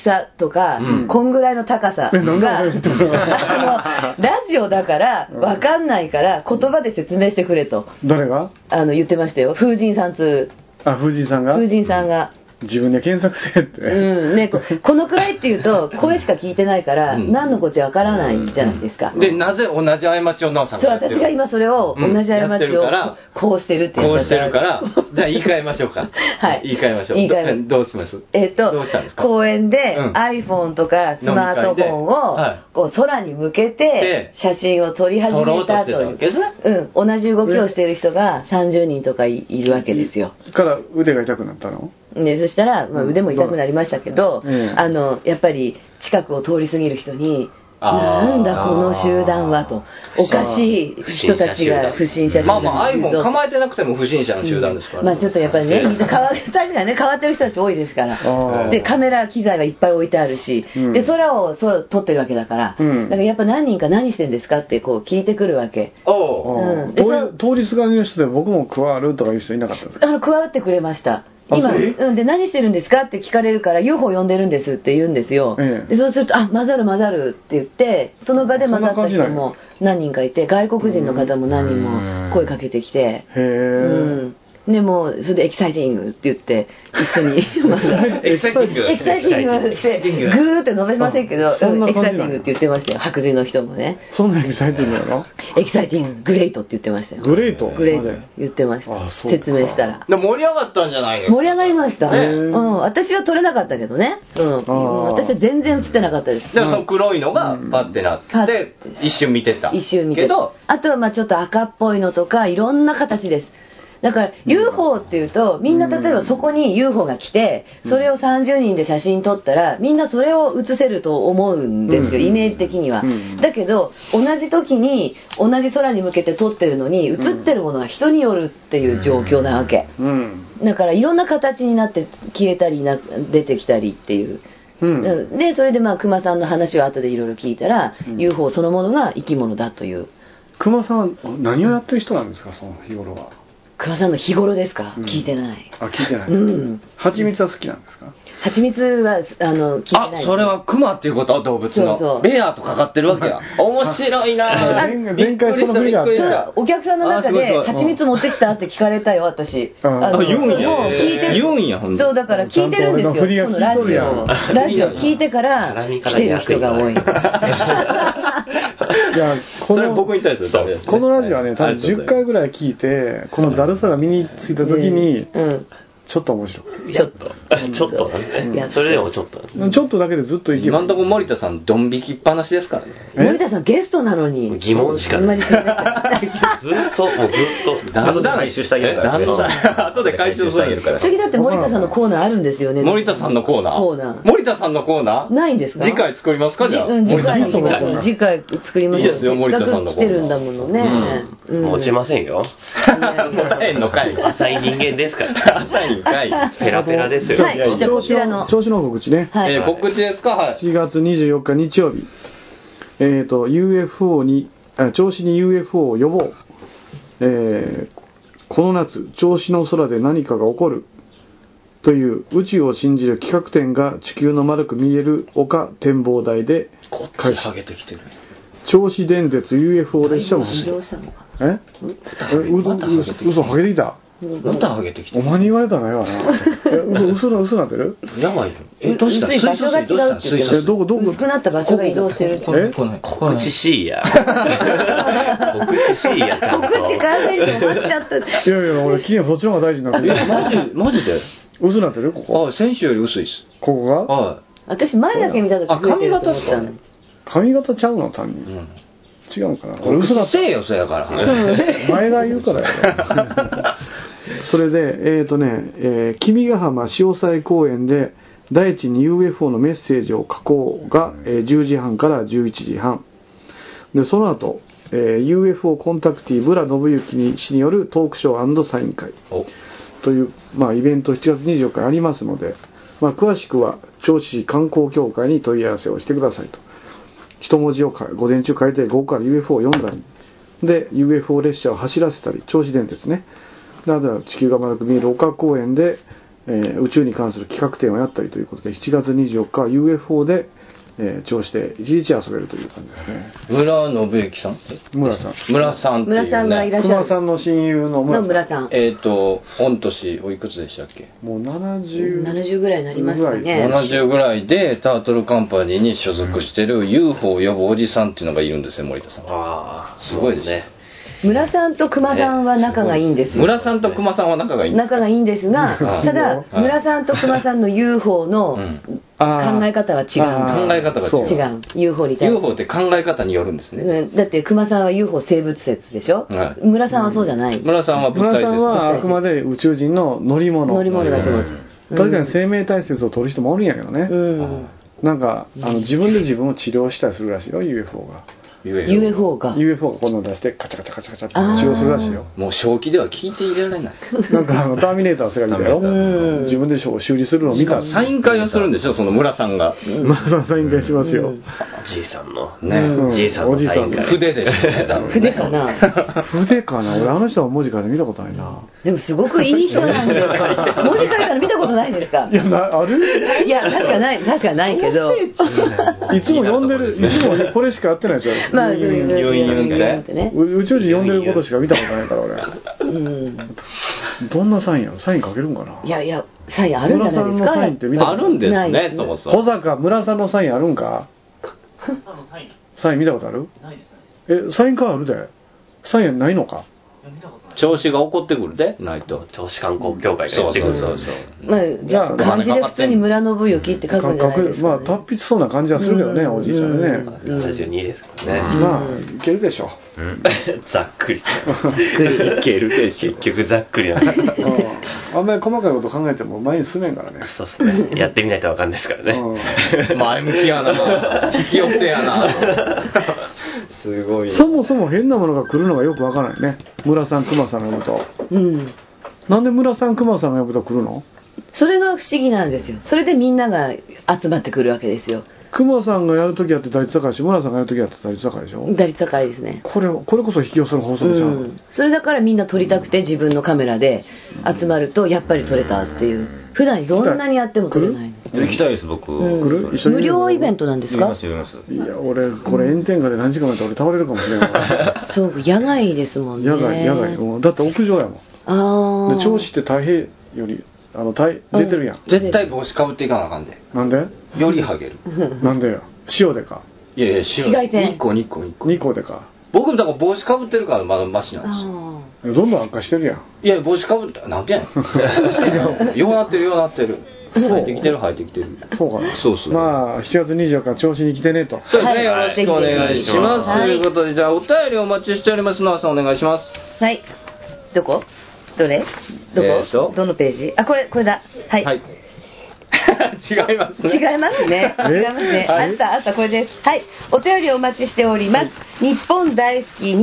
さとか、こんぐらいの高さがラジオだから分かんないから言葉で説明してくれと。 誰が言ってましたよ。風神さん風神さんが自分で検索せってね、このくらいっていうと声しか聞いてないから何のこっちゃわからないじゃないですか。 でなぜ同じ過ちをなおさんがやってる。 そう、私が今それを同じ過ちをこうしてるって言っちゃった。 こうしてるからじゃあ言い換えましょうか。はい、言い換えましょう。どうします？どうしたんですか？ 公園で iPhone とかスマートフォンをこう空に向けて写真を撮り始めたという、同じ動きをしている人が30人とかいるわけですよ。 から腕が痛くなったの？ ね、そしたら、腕も痛くなりましたけど、やっぱり近くを通り過ぎる人になんだこの集団はと、おかしい人たちが不審者集団。 まあ iPhone 構えてなくても不審者の集団ですから、 まあちょっとやっぱりね、確かにね変わってる人たち多いですから。でカメラ機材がいっぱい置いてあるし、で空を撮ってるわけだから、だからやっぱ何人か何してんですかってこう聞いてくるわけ。 通りすがりの人で僕も加わるとかいう人いなかったんですか？ 加わってくれました。今、で何してるんですかって聞かれるから UFO 呼んでるんですって言うんですよ。でそうすると混ざるって言ってその場で混ざった人も何人かいて、外国人の方も何人も声かけてきて、でもそれでエキサイティングって言って一緒にエキサイティングってグーって伸ばしませんけど、エキサイティングって言ってましたよ、白人の人もね。 そんなエキサイティングなの？ エキサイティンググレートって言ってましたよ。 グレート言ってました。説明したら盛り上がったんじゃないですか？ 盛り上がりました。私は撮れなかったけどね。私は全然映ってなかったです。 でもその黒いのがパッてなって一瞬見てたけど、 あとはまあちょっと赤っぽいのとかいろんな形です。だから UFO っていうとみんな例えばそこに UFO が来てそれを30人で写真撮ったらみんなそれを写せると思うんですよ、イメージ的には。だけど同じ時に同じ空に向けて撮ってるのに写ってるものは人によるっていう状況なわけ。だからいろんな形になって消えたり出てきたりっていう。でそれでまあ熊さんの話を後でいろいろ聞いたら、UFO そのものが生き物だという。 熊さんは何をやってる人なんですか、その日頃は？ 熊さんの日頃ですか？聞いてない。 聞いてない。蜂蜜は好きなんですか？ 蜂蜜は聞いてない。 それは熊っていうこと？動物のベアとかかってるわけや。面白いな。 前回その振りがあって、 お客さんの中で蜂蜜持ってきたって聞かれたよ、私。 言うんや。 そうだから聞いてるんですよ、このラジオ聞いてから来てる人が多い。 いや、 それ僕に対するダメです。 このラジオはね、多分10回ぐらい聞いて、このだるさが身についた時にちょっと面白い。 ちょっとなんで、それでもちょっとだけでずっといける。 今んとこ森田さんドン引きっぱなしですからね。 森田さんゲストなのに疑問しかない。ずっと後で回収してあげるから。 後で回収してあげるから。 次だって森田さんのコーナーあるんですよね。 森田さんのコーナー。森田さんのコーナーないんですか？ 次回作りますか？じゃあ次回作りましょう。 いいですよ、森田さんのコーナー。 来てるんだものね。 持ちませんよ。浅い人間ですから。浅いんかい。ペラペラですよ。 はい、じゃあこちらの調子の告知ね。 告知ですか？はい。 4月24日日曜日、UFO に銚子に UFO を呼ぼう。この夏銚子の空で何かが起こるという宇宙を信じる企画展が地球の丸く見える丘展望台で開始。銚子電鉄 UFO 列車も走る。嘘ハゲてきた。 またハゲてきた。 お前に言われたのよな。薄なってる？ やばいよ。 どうした？薄い場所が違うって言ってます。どこ薄くなった場所が移動してる。 告知しいや。告知しいや。 告知完全に終わっちゃった。いや俺金はそっちの方が大事になってる。 マジで？ 薄なってる？ここ。 先週より薄いです。 ここが？ はい。 私前だけ見た時髪型っすかね。 髪型ちゃうの単に。違うかな。 俺薄なってせえよそやから。 前が言うからや。それで君ヶ浜潮騒公園で大地に UFO のメッセージを書こうが10時半から11時半で、その後、UFO コンタクティブラ信之氏によるトークショー&サイン会という、イベント7月24日にありますので、詳しくは銚子市観光協会に問い合わせをしてくださいと。一文字を午前中書いて午後から UFO を読んだりで UFO 列車を走らせたり、銚子電鉄ね、などは地球が丸く見える丘公園で、 宇宙に関する企画展をやったりということで、7月24日は UFO で、調子で一日遊べるという感じですね。 村信之さん、 村さんっていう、ね、 村さんがいらっしゃる。 熊さんの親友の村さん。 御年おいくつでしたっけ？ もう70ぐらいになりましたね。 70ぐらいでタートルカンパニーに所属してる UFO を呼ぶおじさんっていうのがいるんですよ、森田さん。 ああ、 すごいですね。 村さんと熊さんは仲がいいんですよ。 村さんと熊さんは仲がいいんです。 仲がいいんですが、ただ村さんと熊さんの UFO の考え方は違う。 考え方が違う。 違う。UFO に対して。 UFO って考え方によるんですね。 だって熊さんは UFO 生物説でしょ。村さんはそうじゃない。 村さんは物体説。 村さんはあくまで宇宙人の乗り物だと思って。 確かに生命体説を取る人もおるんやけどね。なんか自分で自分を治療したりするらしいよ、 UFO が。 UFO がこんなの出してカチャカチャカチャカチャって治療するらしいよ。 もう正気では聞いていられない。 なんかターミネーターの世界みたいよ。自分で修理するのを見た。 サイン会をするんでしょ、その村さんが。 村さんサイン会しますよ。 じいさんのね、 じいさんのサイン会。 筆ですね。 筆かな。 筆かな。俺あの人は文字書いて見たことないな。 でもすごくいい人なんですか。文字書いたの見たことないですか。 いやある？ いや確かないけど。 いつも読んでる、いつもこれしかやってないでしょ。 まあ宇宙人読んでることしか見たことないから俺。どんなサインやろ？サイン書けるんかな。 いやサインあるんじゃないですか。 村さんのサインって見たことあるんですね。そもそも小坂村さんのサインあるんか。サイン見たことある？ないです。サインカーあるで。サインないのか。 調子が起こってくるでないと。 調子観光協会が言ってくる。そう。 まあじゃあ漢字で普通に村信之って書くんじゃないですか。 まあ達筆そうな感じはするけどね、おじいちゃんね。 72ですからね。 まあいけるでしょ。 ざっくり。いけるでしょ。結局ざっくりなんです。 あんまり細かいこと考えても前に進めんからね。 そうですね。やってみないとわかんないですからね。 前向きやな。引き寄せやな。すごい。 そもそも変なものが来るのがよくわからないね。村さん熊さんが呼ぶと。なんで村さん熊さんが呼ぶと来るの？ それが不思議なんですよ。それでみんなが集まってくるわけですよ。 熊さんがやるときやって打率高いし、村さんがやるときやって打率高いでしょ。 打率高いですね。 これこそ引き寄せる法則じゃん。 それだからみんな撮りたくて自分のカメラで集まるとやっぱり撮れたっていう。普段どんなにやっても撮れない。 行きたいです僕。 無料イベントなんですか？ いや俺これ炎天下で何時間待って俺倒れるかもしれない。 そう野外ですもんね。 野外だって屋上やもん。で銚子って太平より出てるやん。 絶対帽子かぶっていかなあかんで。 なんで？ よりハゲる。 なんでよ。塩でか。 いや紫外線。 日光でか。 僕もだから帽子かぶってるからまだマシなんですよ。どんどん悪化してるやん。 いや帽子かぶってなんてやねん。ようなってる。入ってきてる。 そうかな。 そう。 まあ7月24日調子に来てねと。 そうですね。よろしくお願いします。ということでじゃあお便りお待ちしております。ノアさんお願いします。 はい。どこ？どれ？どこ？どのページ？あこれだ。はい。 違いますね。 違いますね。あったこれです。はい。お便りお待ちしております。日本大好き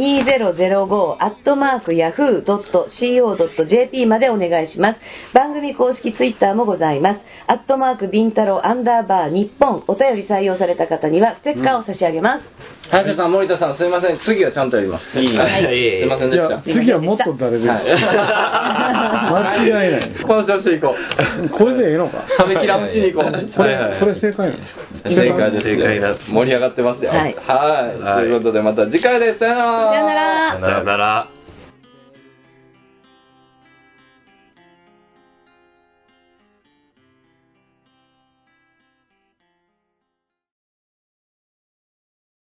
2005@yahoo.co.jp までお願いします。番組公式ツイッターもございます。ビンタロ_日本お便り採用された方にはステッカーを差し上げます。 早瀬さん、森田さん、すいません。次はちゃんとやります。すいませんでした。 次はもっと誰でも。間違いない。 この調子でいこう。これでええのか。 冷めきらんうちに行こう。 これ正解なの？ 正解です。盛り上がってますよ。はい。ということでまた次回です。さよなら。 さよなら。